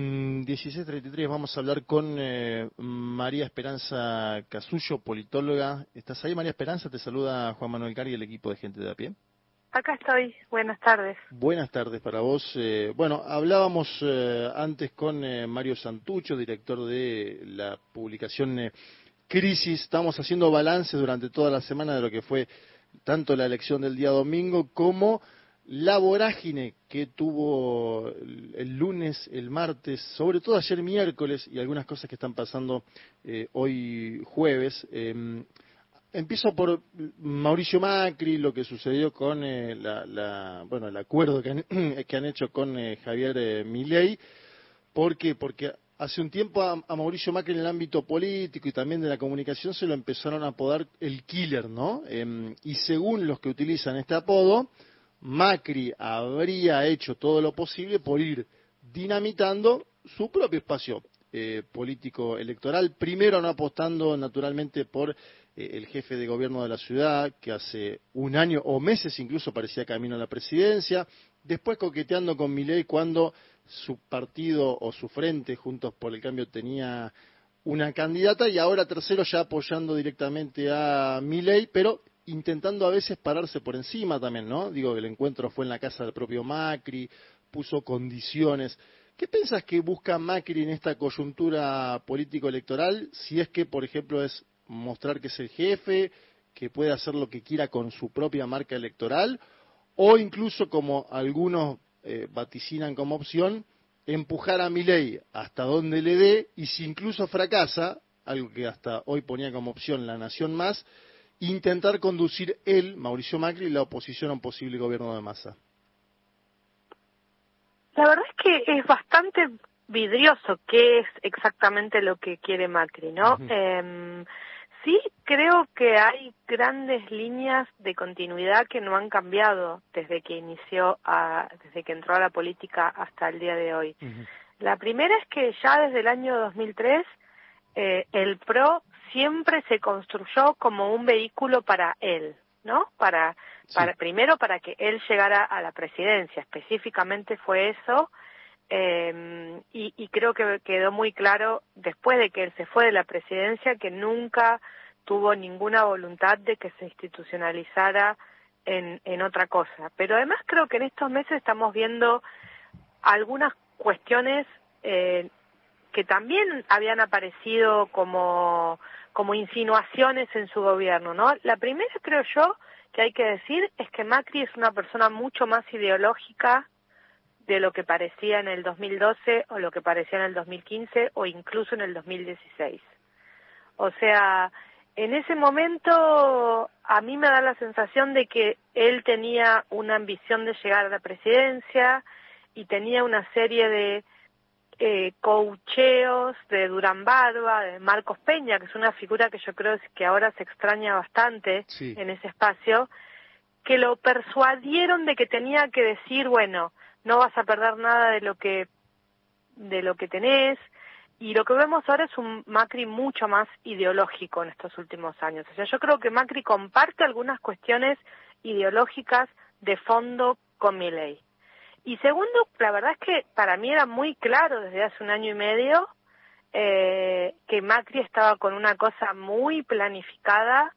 16:33 vamos a hablar con María Esperanza Casullo, politóloga. ¿Estás ahí, María Esperanza? Te saluda Juan Manuel Cari y el equipo de Gente de a pie. Acá estoy. Buenas tardes. Buenas tardes para vos. Bueno, hablábamos antes con Mario Santucho, director de la publicación Crisis. Estamos haciendo balance durante toda la semana de lo que fue tanto la elección del día domingo como la vorágine que tuvo el lunes, el martes, sobre todo ayer miércoles y algunas cosas que están pasando hoy jueves. Empiezo por Mauricio Macri, lo que sucedió con el acuerdo que han hecho con Javier Milei. ¿Por qué? Porque hace un tiempo a Mauricio Macri en el ámbito político y también de la comunicación se lo empezaron a apodar el killer, ¿no? Y según los que utilizan este apodo, Macri habría hecho todo lo posible por ir dinamitando su propio espacio político electoral, primero no apostando naturalmente por el jefe de gobierno de la ciudad, que hace un año o meses incluso parecía camino a la presidencia, después coqueteando con Milei cuando su partido o su frente, Juntos por el Cambio, tenía una candidata, y ahora tercero ya apoyando directamente a Milei, pero intentando a veces pararse por encima también, ¿no? Digo, el encuentro fue en la casa del propio Macri, puso condiciones. ¿Qué pensás que busca Macri en esta coyuntura político-electoral? Si es que, por ejemplo, es mostrar que es el jefe, que puede hacer lo que quiera con su propia marca electoral, o incluso, como algunos vaticinan como opción, empujar a Milei hasta donde le dé, y si incluso fracasa, algo que hasta hoy ponía como opción La Nación Más, intentar conducir él, Mauricio Macri, la oposición a un posible gobierno de Massa. La verdad es que es bastante vidrioso qué es exactamente lo que quiere Macri, ¿no? Sí creo que hay grandes líneas de continuidad que no han cambiado desde que desde que entró a la política hasta el día de hoy. La primera es que ya desde el año 2003 el PRO siempre se construyó como un vehículo para él, ¿no? Primero para que él llegara a la presidencia, específicamente fue eso, y creo que quedó muy claro después de que él se fue de la presidencia que nunca tuvo ninguna voluntad de que se institucionalizara en otra cosa. Pero además creo que en estos meses estamos viendo algunas cuestiones que también habían aparecido como insinuaciones en su gobierno, ¿no? La primera, creo yo, que hay que decir es que Macri es una persona mucho más ideológica de lo que parecía en el 2012 o lo que parecía en el 2015 o incluso en el 2016. O sea, en ese momento a mí me da la sensación de que él tenía una ambición de llegar a la presidencia y tenía una serie de coacheos de Durán Barba, de Marcos Peña, que es una figura que yo creo que ahora se extraña bastante en ese espacio, que lo persuadieron de que tenía que decir, bueno, no vas a perder nada de lo que tenés, y lo que vemos ahora es un Macri mucho más ideológico en estos últimos años. O sea, yo creo que Macri comparte algunas cuestiones ideológicas de fondo con Milei. Y segundo, la verdad es que para mí era muy claro desde hace un año y medio que Macri estaba con una cosa muy planificada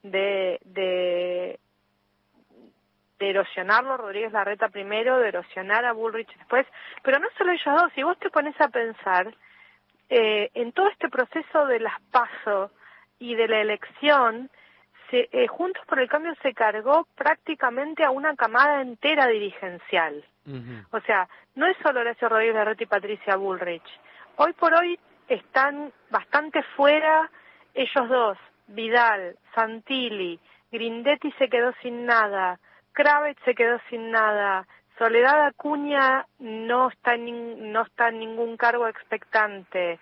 de erosionarlo a Rodríguez Larreta primero, de erosionar a Bullrich después, pero no solo ellos dos. Si vos te pones a pensar, en todo este proceso de las PASO y de la elección, Juntos por el Cambio se cargó prácticamente a una camada entera dirigencial. O sea, no es solo Horacio Rodríguez Larreta y Patricia Bullrich. Hoy por hoy están bastante fuera ellos dos, Vidal, Santilli, Grindetti se quedó sin nada, Kravet se quedó sin nada, Soledad Acuña no está en ningún cargo expectante,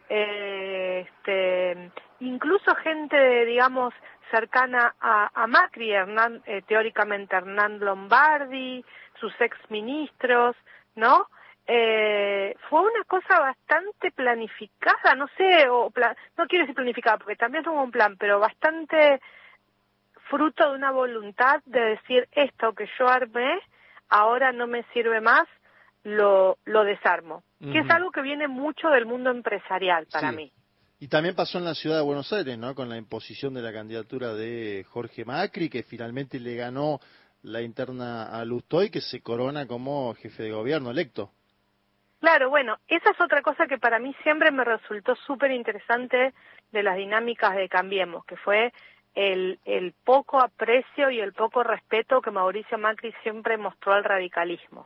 incluso gente, digamos, cercana a Macri, teóricamente Hernán Lombardi, sus exministros, ¿no? Fue una cosa bastante planificada, no sé, no quiero decir planificada porque también tuvo un plan, pero bastante fruto de una voluntad de decir esto que yo armé ahora no me sirve más, lo desarmo, que es algo que viene mucho del mundo empresarial para mí. Y también pasó en la ciudad de Buenos Aires, ¿no? Con la imposición de la candidatura de Jorge Macri, que finalmente le ganó la interna a Lustó y que se corona como jefe de gobierno electo. Claro, bueno, esa es otra cosa que para mí siempre me resultó súper interesante de las dinámicas de Cambiemos, que fue el poco aprecio y el poco respeto que Mauricio Macri siempre mostró al radicalismo.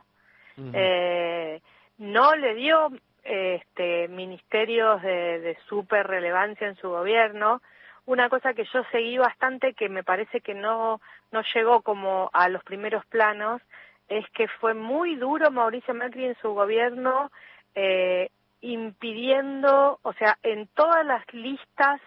No le dio ministerios de súper relevancia en su gobierno. Una cosa que yo seguí bastante, que me parece que no llegó como a los primeros planos, es que fue muy duro Mauricio Macri en su gobierno, impidiendo, o sea, en todas las listas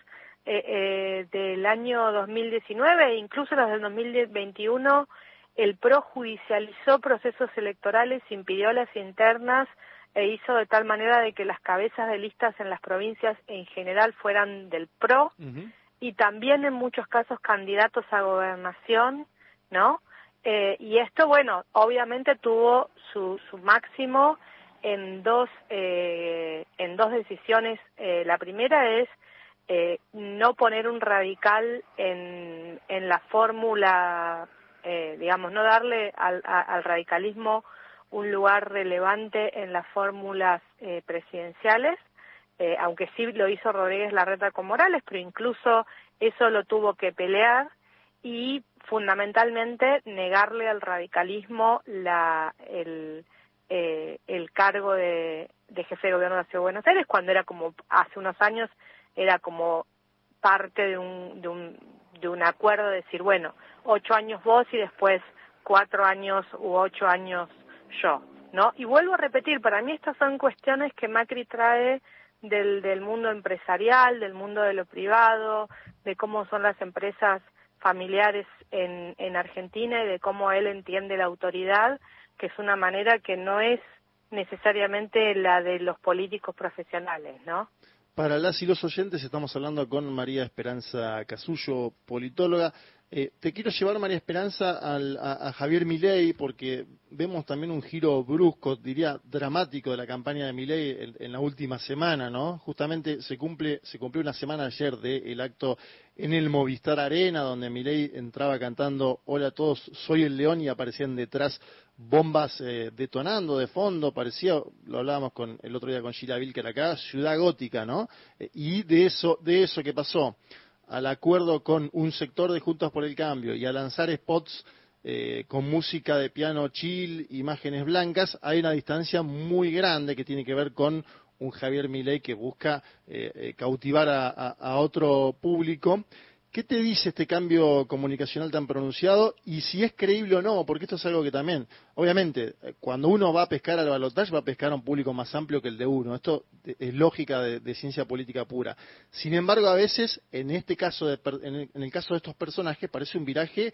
del año 2019 e incluso las del 2021, el PRO judicializó procesos electorales, impidió las internas e hizo de tal manera de que las cabezas de listas en las provincias en general fueran del PRO y también en muchos casos candidatos a gobernación, ¿no? Y esto, bueno, obviamente tuvo su máximo en dos decisiones. La primera es no poner un radical en la fórmula, digamos, no darle al radicalismo un lugar relevante en las fórmulas presidenciales, aunque sí lo hizo Rodríguez Larreta con Morales, pero incluso eso lo tuvo que pelear, y fundamentalmente negarle al radicalismo el cargo de jefe de gobierno de la Ciudad de Buenos Aires, cuando era como, hace unos años, era como parte de un acuerdo de decir, bueno, 8 años vos y después 4 años u 8 años yo, ¿no? Y vuelvo a repetir, para mí estas son cuestiones que Macri trae del mundo empresarial, del mundo de lo privado, de cómo son las empresas familiares en Argentina y de cómo él entiende la autoridad, que es una manera que no es necesariamente la de los políticos profesionales, ¿no? Para las y los oyentes estamos hablando con María Esperanza Casullo, politóloga. Te quiero llevar, María Esperanza, a Javier Milei, porque vemos también un giro brusco, diría dramático, de la campaña de Milei en la última semana, ¿no? Justamente se cumplió una semana ayer del acto en el Movistar Arena, donde Milei entraba cantando "Hola a todos, soy el León", y aparecían detrás bombas detonando de fondo. Parecía, lo hablábamos el otro día con Sheila Vilker acá, ciudad gótica, ¿no? Y de eso que pasó al acuerdo con un sector de Juntos por el Cambio y a lanzar spots con música de piano chill, imágenes blancas, hay una distancia muy grande que tiene que ver con un Javier Milei que busca cautivar a otro público. ¿Qué te dice este cambio comunicacional tan pronunciado? Y si es creíble o no, porque esto es algo que también, obviamente, cuando uno va a pescar al balotaje, va a pescar a un público más amplio que el de uno. Esto es lógica de ciencia política pura. Sin embargo, a veces, en este caso, en el caso de estos personajes, parece un viraje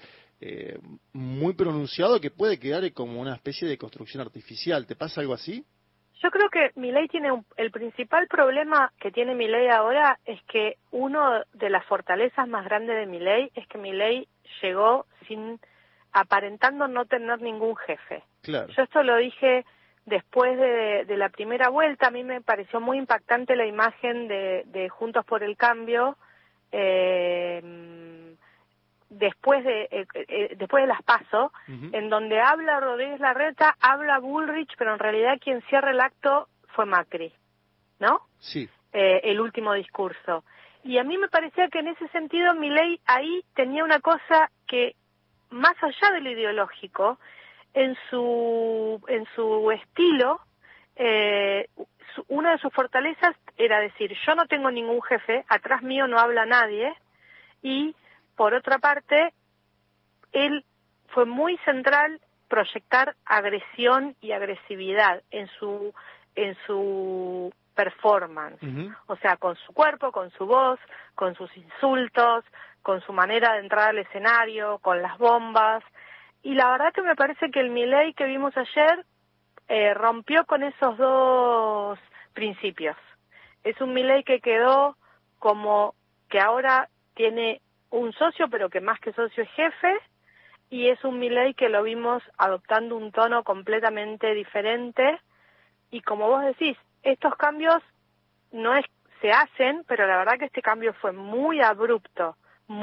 muy pronunciado que puede quedar como una especie de construcción artificial. ¿Te pasa algo así? Yo creo que Milei tiene el principal problema que tiene Milei ahora es que uno de las fortalezas más grandes de Milei es que Milei llegó aparentando no tener ningún jefe. Claro. Yo esto lo dije después de la primera vuelta. A mí me pareció muy impactante la imagen de Juntos por el Cambio después de las PASO, en donde habla Rodríguez Larreta, habla Bullrich, pero en realidad quien cierra el acto fue Macri, ¿no? Sí. el último discurso. Y a mí me parecía que en ese sentido Milei ahí tenía una cosa que, más allá de lo ideológico, en su estilo, una de sus fortalezas era decir, yo no tengo ningún jefe, atrás mío no habla nadie, y por otra parte, él fue muy central proyectar agresión y agresividad en su performance, o sea, con su cuerpo, con su voz, con sus insultos, con su manera de entrar al escenario, con las bombas, y la verdad que me parece que el Milei que vimos ayer rompió con esos dos principios. Es un Milei que quedó como que ahora tiene un socio, pero que más que socio es jefe, y es un Milei que lo vimos adoptando un tono completamente diferente, y como vos decís, estos cambios se hacen, pero la verdad que este cambio fue muy abrupto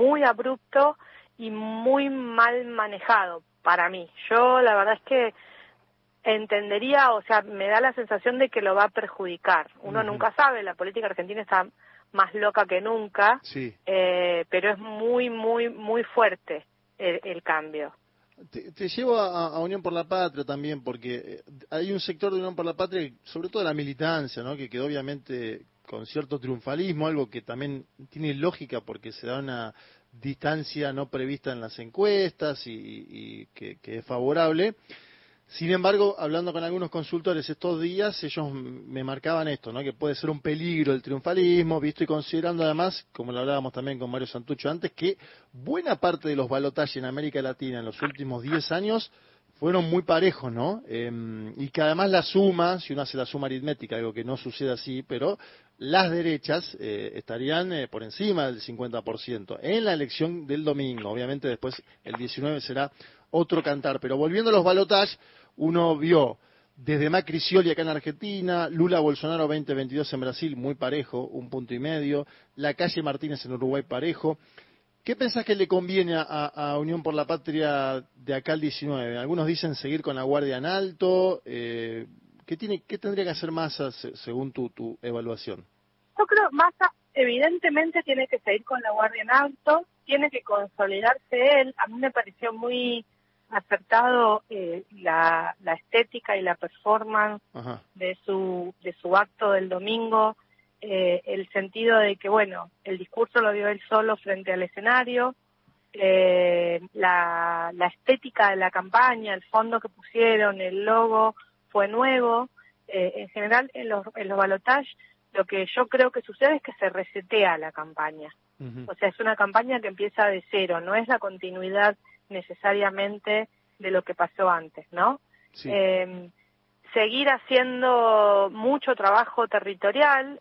y muy mal manejado para mí. Yo la verdad es que entendería, o sea, me da la sensación de que lo va a perjudicar. Uno nunca sabe, la política argentina está más loca que nunca, sí. Pero es muy, muy, muy fuerte el cambio. Te llevo a Unión por la Patria también, porque hay un sector de Unión por la Patria, sobre todo la militancia, ¿no?, que quedó obviamente con cierto triunfalismo, algo que también tiene lógica porque se da una distancia no prevista en las encuestas y que es favorable. Sin embargo, hablando con algunos consultores estos días, ellos me marcaban esto, ¿no?, que puede ser un peligro el triunfalismo, visto y considerando además, como lo hablábamos también con Mario Santucho antes, que buena parte de los balotajes en América Latina en los últimos 10 años fueron muy parejos, ¿no? Y que además la suma, si uno hace la suma aritmética, algo que no sucede así, pero las derechas estarían por encima del 50% en la elección del domingo. Obviamente después el 19 será otro cantar, pero volviendo a los balotajes, uno vio desde Macri Scioli acá en Argentina, Lula Bolsonaro 2022 en Brasil, muy parejo, 1,5 puntos, la calle Martínez en Uruguay parejo. ¿Qué pensás que le conviene a Unión por la Patria de acá al 19? Algunos dicen seguir con la guardia en alto. ¿Qué tendría que hacer Massa según tu evaluación? Yo creo que Massa evidentemente tiene que seguir con la guardia en alto, tiene que consolidarse él. A mí me pareció muy acertado la estética y la performance de su acto del domingo, el sentido de que, bueno, el discurso lo dio él solo frente al escenario, la estética de la campaña, el fondo que pusieron, el logo fue nuevo. En general, en los balotajes, lo que yo creo que sucede es que se resetea la campaña. O sea, es una campaña que empieza de cero, no es la continuidad necesariamente de lo que pasó antes, ¿no? Sí. Seguir haciendo mucho trabajo territorial,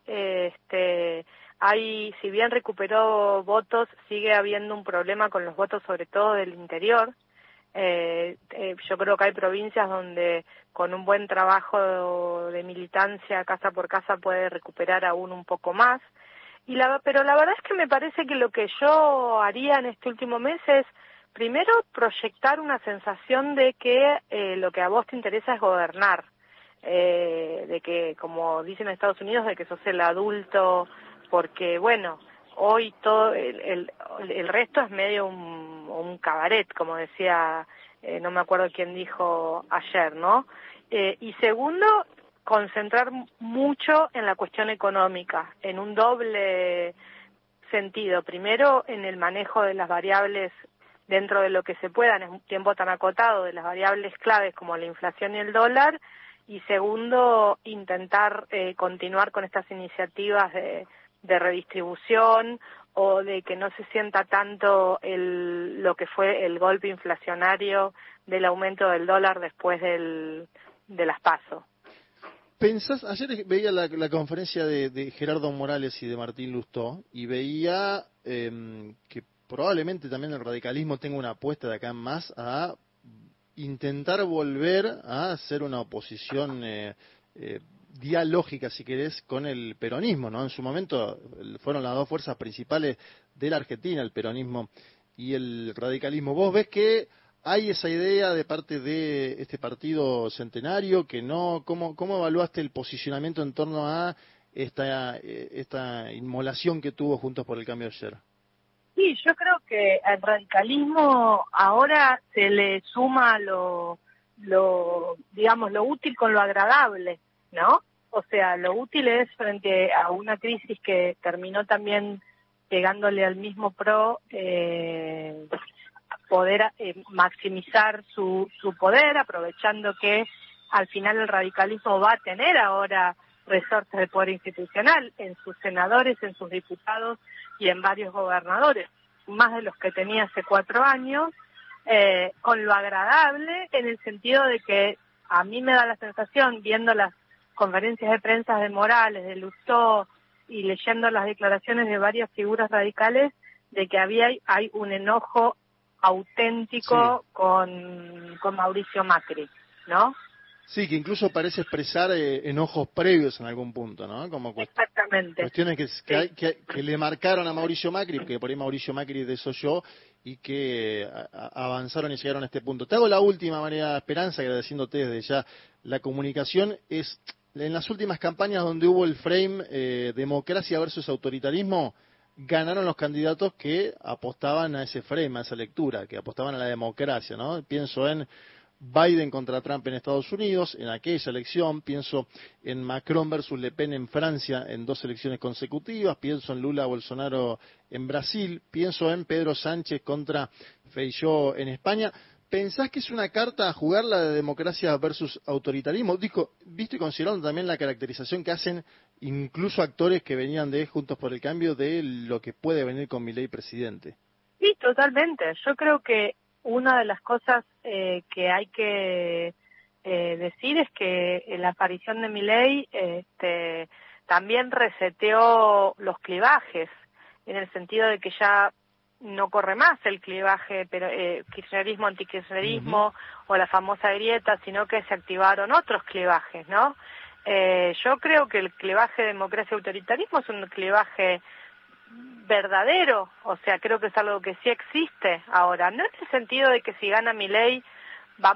si bien recuperó votos, sigue habiendo un problema con los votos, sobre todo del interior. Yo creo que hay provincias donde con un buen trabajo de militancia casa por casa puede recuperar aún un poco más. Pero la verdad es que me parece que lo que yo haría en este último mes es, primero, proyectar una sensación de que lo que a vos te interesa es gobernar, de que, como dicen en Estados Unidos, de que sos el adulto, porque, bueno, hoy todo el resto es medio un cabaret, como decía, no me acuerdo quién dijo ayer, ¿no? Y segundo, concentrar mucho en la cuestión económica, en un doble sentido. Primero, en el manejo de las variables dentro de lo que se pueda en un tiempo tan acotado, de las variables claves como la inflación y el dólar, y segundo, intentar continuar con estas iniciativas de redistribución o de que no se sienta tanto lo que fue el golpe inflacionario del aumento del dólar después de las PASO. ¿Pensás? Ayer veía la conferencia de Gerardo Morales y de Martín Lustó y veía que probablemente también el radicalismo tenga una apuesta de acá en más a intentar volver a hacer una oposición dialógica, si querés, con el peronismo, ¿no? En su momento fueron las dos fuerzas principales de la Argentina, el peronismo y el radicalismo. ¿Vos ves que hay esa idea de parte de este partido centenario que no? ¿Cómo evaluaste el posicionamiento en torno a esta inmolación que tuvo Juntos por el Cambio ayer. Sí, yo creo que al radicalismo ahora se le suma lo útil con lo agradable, ¿no? O sea, lo útil es frente a una crisis que terminó también pegándole al mismo PRO, poder maximizar su poder, aprovechando que al final el radicalismo va a tener ahora resortes de poder institucional en sus senadores, en sus diputados y en varios gobernadores, más de los que tenía hace 4 años, con lo agradable en el sentido de que a mí me da la sensación, viendo las conferencias de prensa de Morales, de Lustó y leyendo las declaraciones de varias figuras radicales, de que hay un enojo auténtico con Mauricio Macri, ¿no? Sí, que incluso parece expresar enojos previos en algún punto, ¿no? Como exactamente. Cuestiones que le marcaron a Mauricio Macri, que por ahí Mauricio Macri desoyó y que avanzaron y llegaron a este punto. Te hago la última, María Esperanza, agradeciéndote desde ya. La comunicación es, en las últimas campañas donde hubo el frame democracia versus autoritarismo, ganaron los candidatos que apostaban a ese frame, a esa lectura, que apostaban a la democracia, ¿no? Pienso en Biden contra Trump en Estados Unidos, en aquella elección, pienso en Macron versus Le Pen en Francia en 2 elecciones consecutivas, pienso en Lula Bolsonaro en Brasil, pienso en Pedro Sánchez contra Feijóo en España. ¿Pensás que es una carta a jugar la de democracia versus autoritarismo? Visto y considerando también la caracterización que hacen incluso actores que venían de Juntos por el Cambio de lo que puede venir con Milei presidente. Sí, totalmente. Yo creo que una de las cosas que hay que decir es que la aparición de Milei también reseteó los clivajes, en el sentido de que ya no corre más el clivaje kirchnerismo, antikirchnerismo o la famosa grieta, sino que se activaron otros clivajes, ¿no? Yo creo que el clivaje democracia-autoritarismo es un clivaje verdadero, o sea, creo que es algo que sí existe ahora, no en el sentido de que si gana Milei va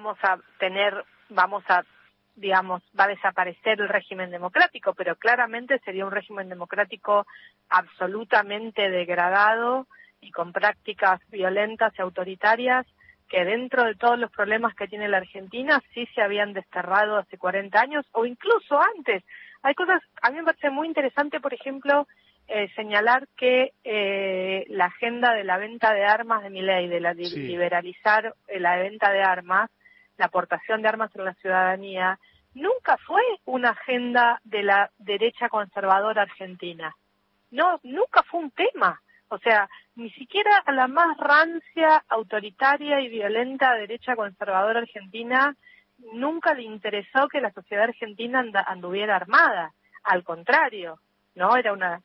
a desaparecer el régimen democrático, pero claramente sería un régimen democrático absolutamente degradado y con prácticas violentas y autoritarias que dentro de todos los problemas que tiene la Argentina sí se habían desterrado hace 40 años o incluso antes. Hay cosas, a mí me parece muy interesante, por ejemplo, señalar que la agenda de la venta de armas de Milei, de liberalizar la venta de armas, la aportación de armas en la ciudadanía, nunca fue una agenda de la derecha conservadora argentina. No, nunca fue un tema. O sea, ni siquiera a la más rancia, autoritaria y violenta derecha conservadora argentina nunca le interesó que la sociedad argentina anduviera armada. Al contrario, ¿no? Era una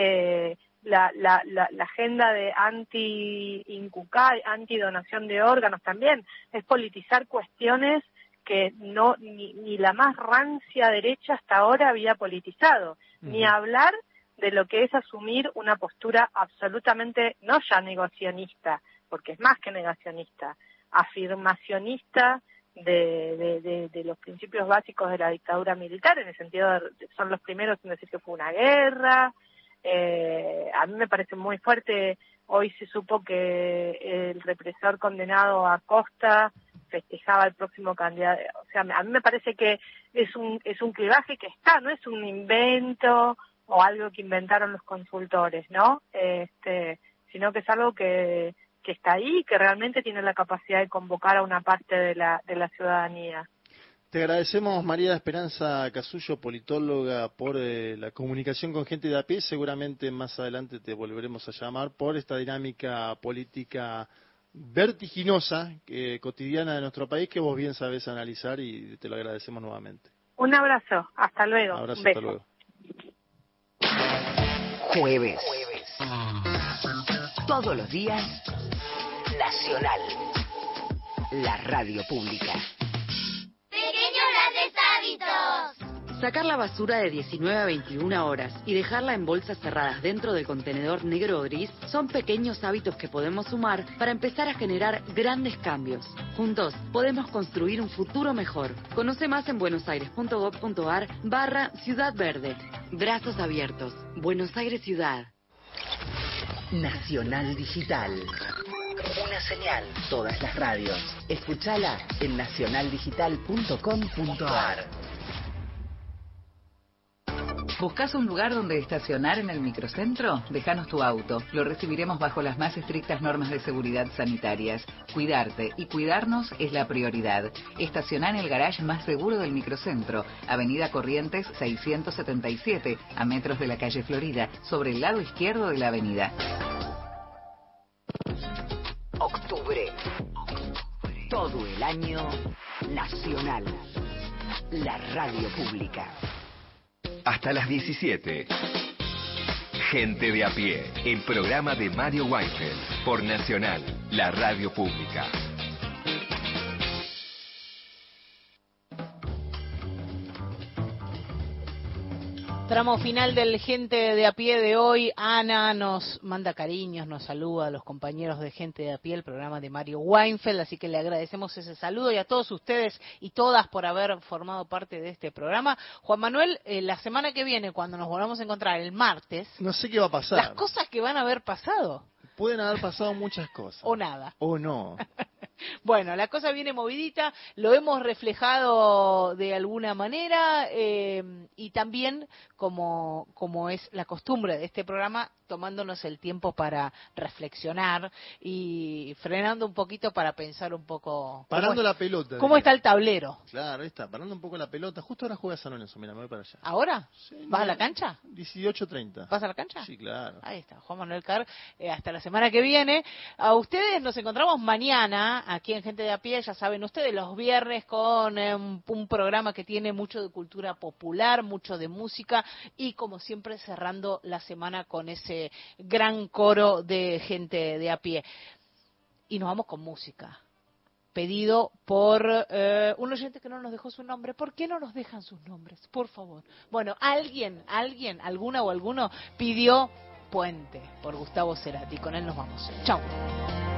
la agenda de anti-incucar, anti-donación de órganos también, es politizar cuestiones que no ni la más rancia derecha hasta ahora había politizado, ni hablar de lo que es asumir una postura absolutamente, no ya negacionista, porque es más que negacionista, afirmacionista de los principios básicos de la dictadura militar, en el sentido de son los primeros en decir que fue una guerra. A mí me parece muy fuerte, hoy se supo que el represor condenado Acosta festejaba el próximo candidato, o sea, a mí me parece que es un clivaje que está, no es un invento o algo que inventaron los consultores, ¿no? Sino que es algo que está ahí, que realmente tiene la capacidad de convocar a una parte de la ciudadanía. Te agradecemos, María Esperanza Casullo, politóloga, por la comunicación con gente de a pie. Seguramente más adelante te volveremos a llamar por esta dinámica política vertiginosa, cotidiana de nuestro país, que vos bien sabés analizar y te lo agradecemos nuevamente. Un abrazo, hasta luego. Un abrazo, un beso. hasta luego. Jueves. Todos los días, Nacional. La radio pública. Pequeños grandes hábitos. Sacar la basura de 19 a 21 horas y dejarla en bolsas cerradas dentro del contenedor negro o gris son pequeños hábitos que podemos sumar para empezar a generar grandes cambios. Juntos podemos construir un futuro mejor. Conoce más en buenosaires.gov.ar/Ciudad Verde. Brazos abiertos. Buenos Aires Ciudad. Nacional Digital. Una señal. Todas las radios. Escúchala en nacionaldigital.com.ar. ¿Buscas un lugar donde estacionar en el microcentro? Déjanos tu auto. Lo recibiremos bajo las más estrictas normas de seguridad sanitarias. Cuidarte y cuidarnos es la prioridad. Estacioná en el garage más seguro del microcentro, Avenida Corrientes 677, a metros de la calle Florida, sobre el lado izquierdo de la avenida. Octubre. Todo el año nacional. La radio pública. Hasta las 17. Gente de a pie, el programa de Mario Weinfeld por Nacional, la radio pública. Tramo final del Gente de a pie de hoy. Ana nos manda cariños, nos saluda a los compañeros de Gente de a pie, el programa de Mario Weinfeld, así que le agradecemos ese saludo y a todos ustedes y todas por haber formado parte de este programa. Juan Manuel, la semana que viene, cuando nos volvamos a encontrar el martes, no sé qué va a pasar. Las cosas que van a haber pasado. Pueden haber pasado muchas cosas. O nada. O no. Bueno, la cosa viene movidita, lo hemos reflejado de alguna manera y también, como es la costumbre de este programa, tomándonos el tiempo para reflexionar y frenando un poquito para pensar un poco... Parando la pelota. ¿Cómo está el tablero? Claro, ahí está, parando un poco la pelota. Justo ahora juega San Lorenzo, mira, me voy para allá. ¿Ahora? Sí, ¿Vas a la cancha? 18:30. ¿Vas a la cancha? Sí, claro. Ahí está, Juan Manuel Carr, hasta la semana que viene. A ustedes nos encontramos mañana, aquí en Gente de a Pie, ya saben ustedes, los viernes con un programa que tiene mucho de cultura popular, mucho de música y como siempre cerrando la semana con ese gran coro de Gente de a Pie. Y nos vamos con música. Pedido por un oyente que no nos dejó su nombre. ¿Por qué no nos dejan sus nombres? Por favor. Bueno, alguna o alguno pidió Puente por Gustavo Cerati. Con él nos vamos. Chau.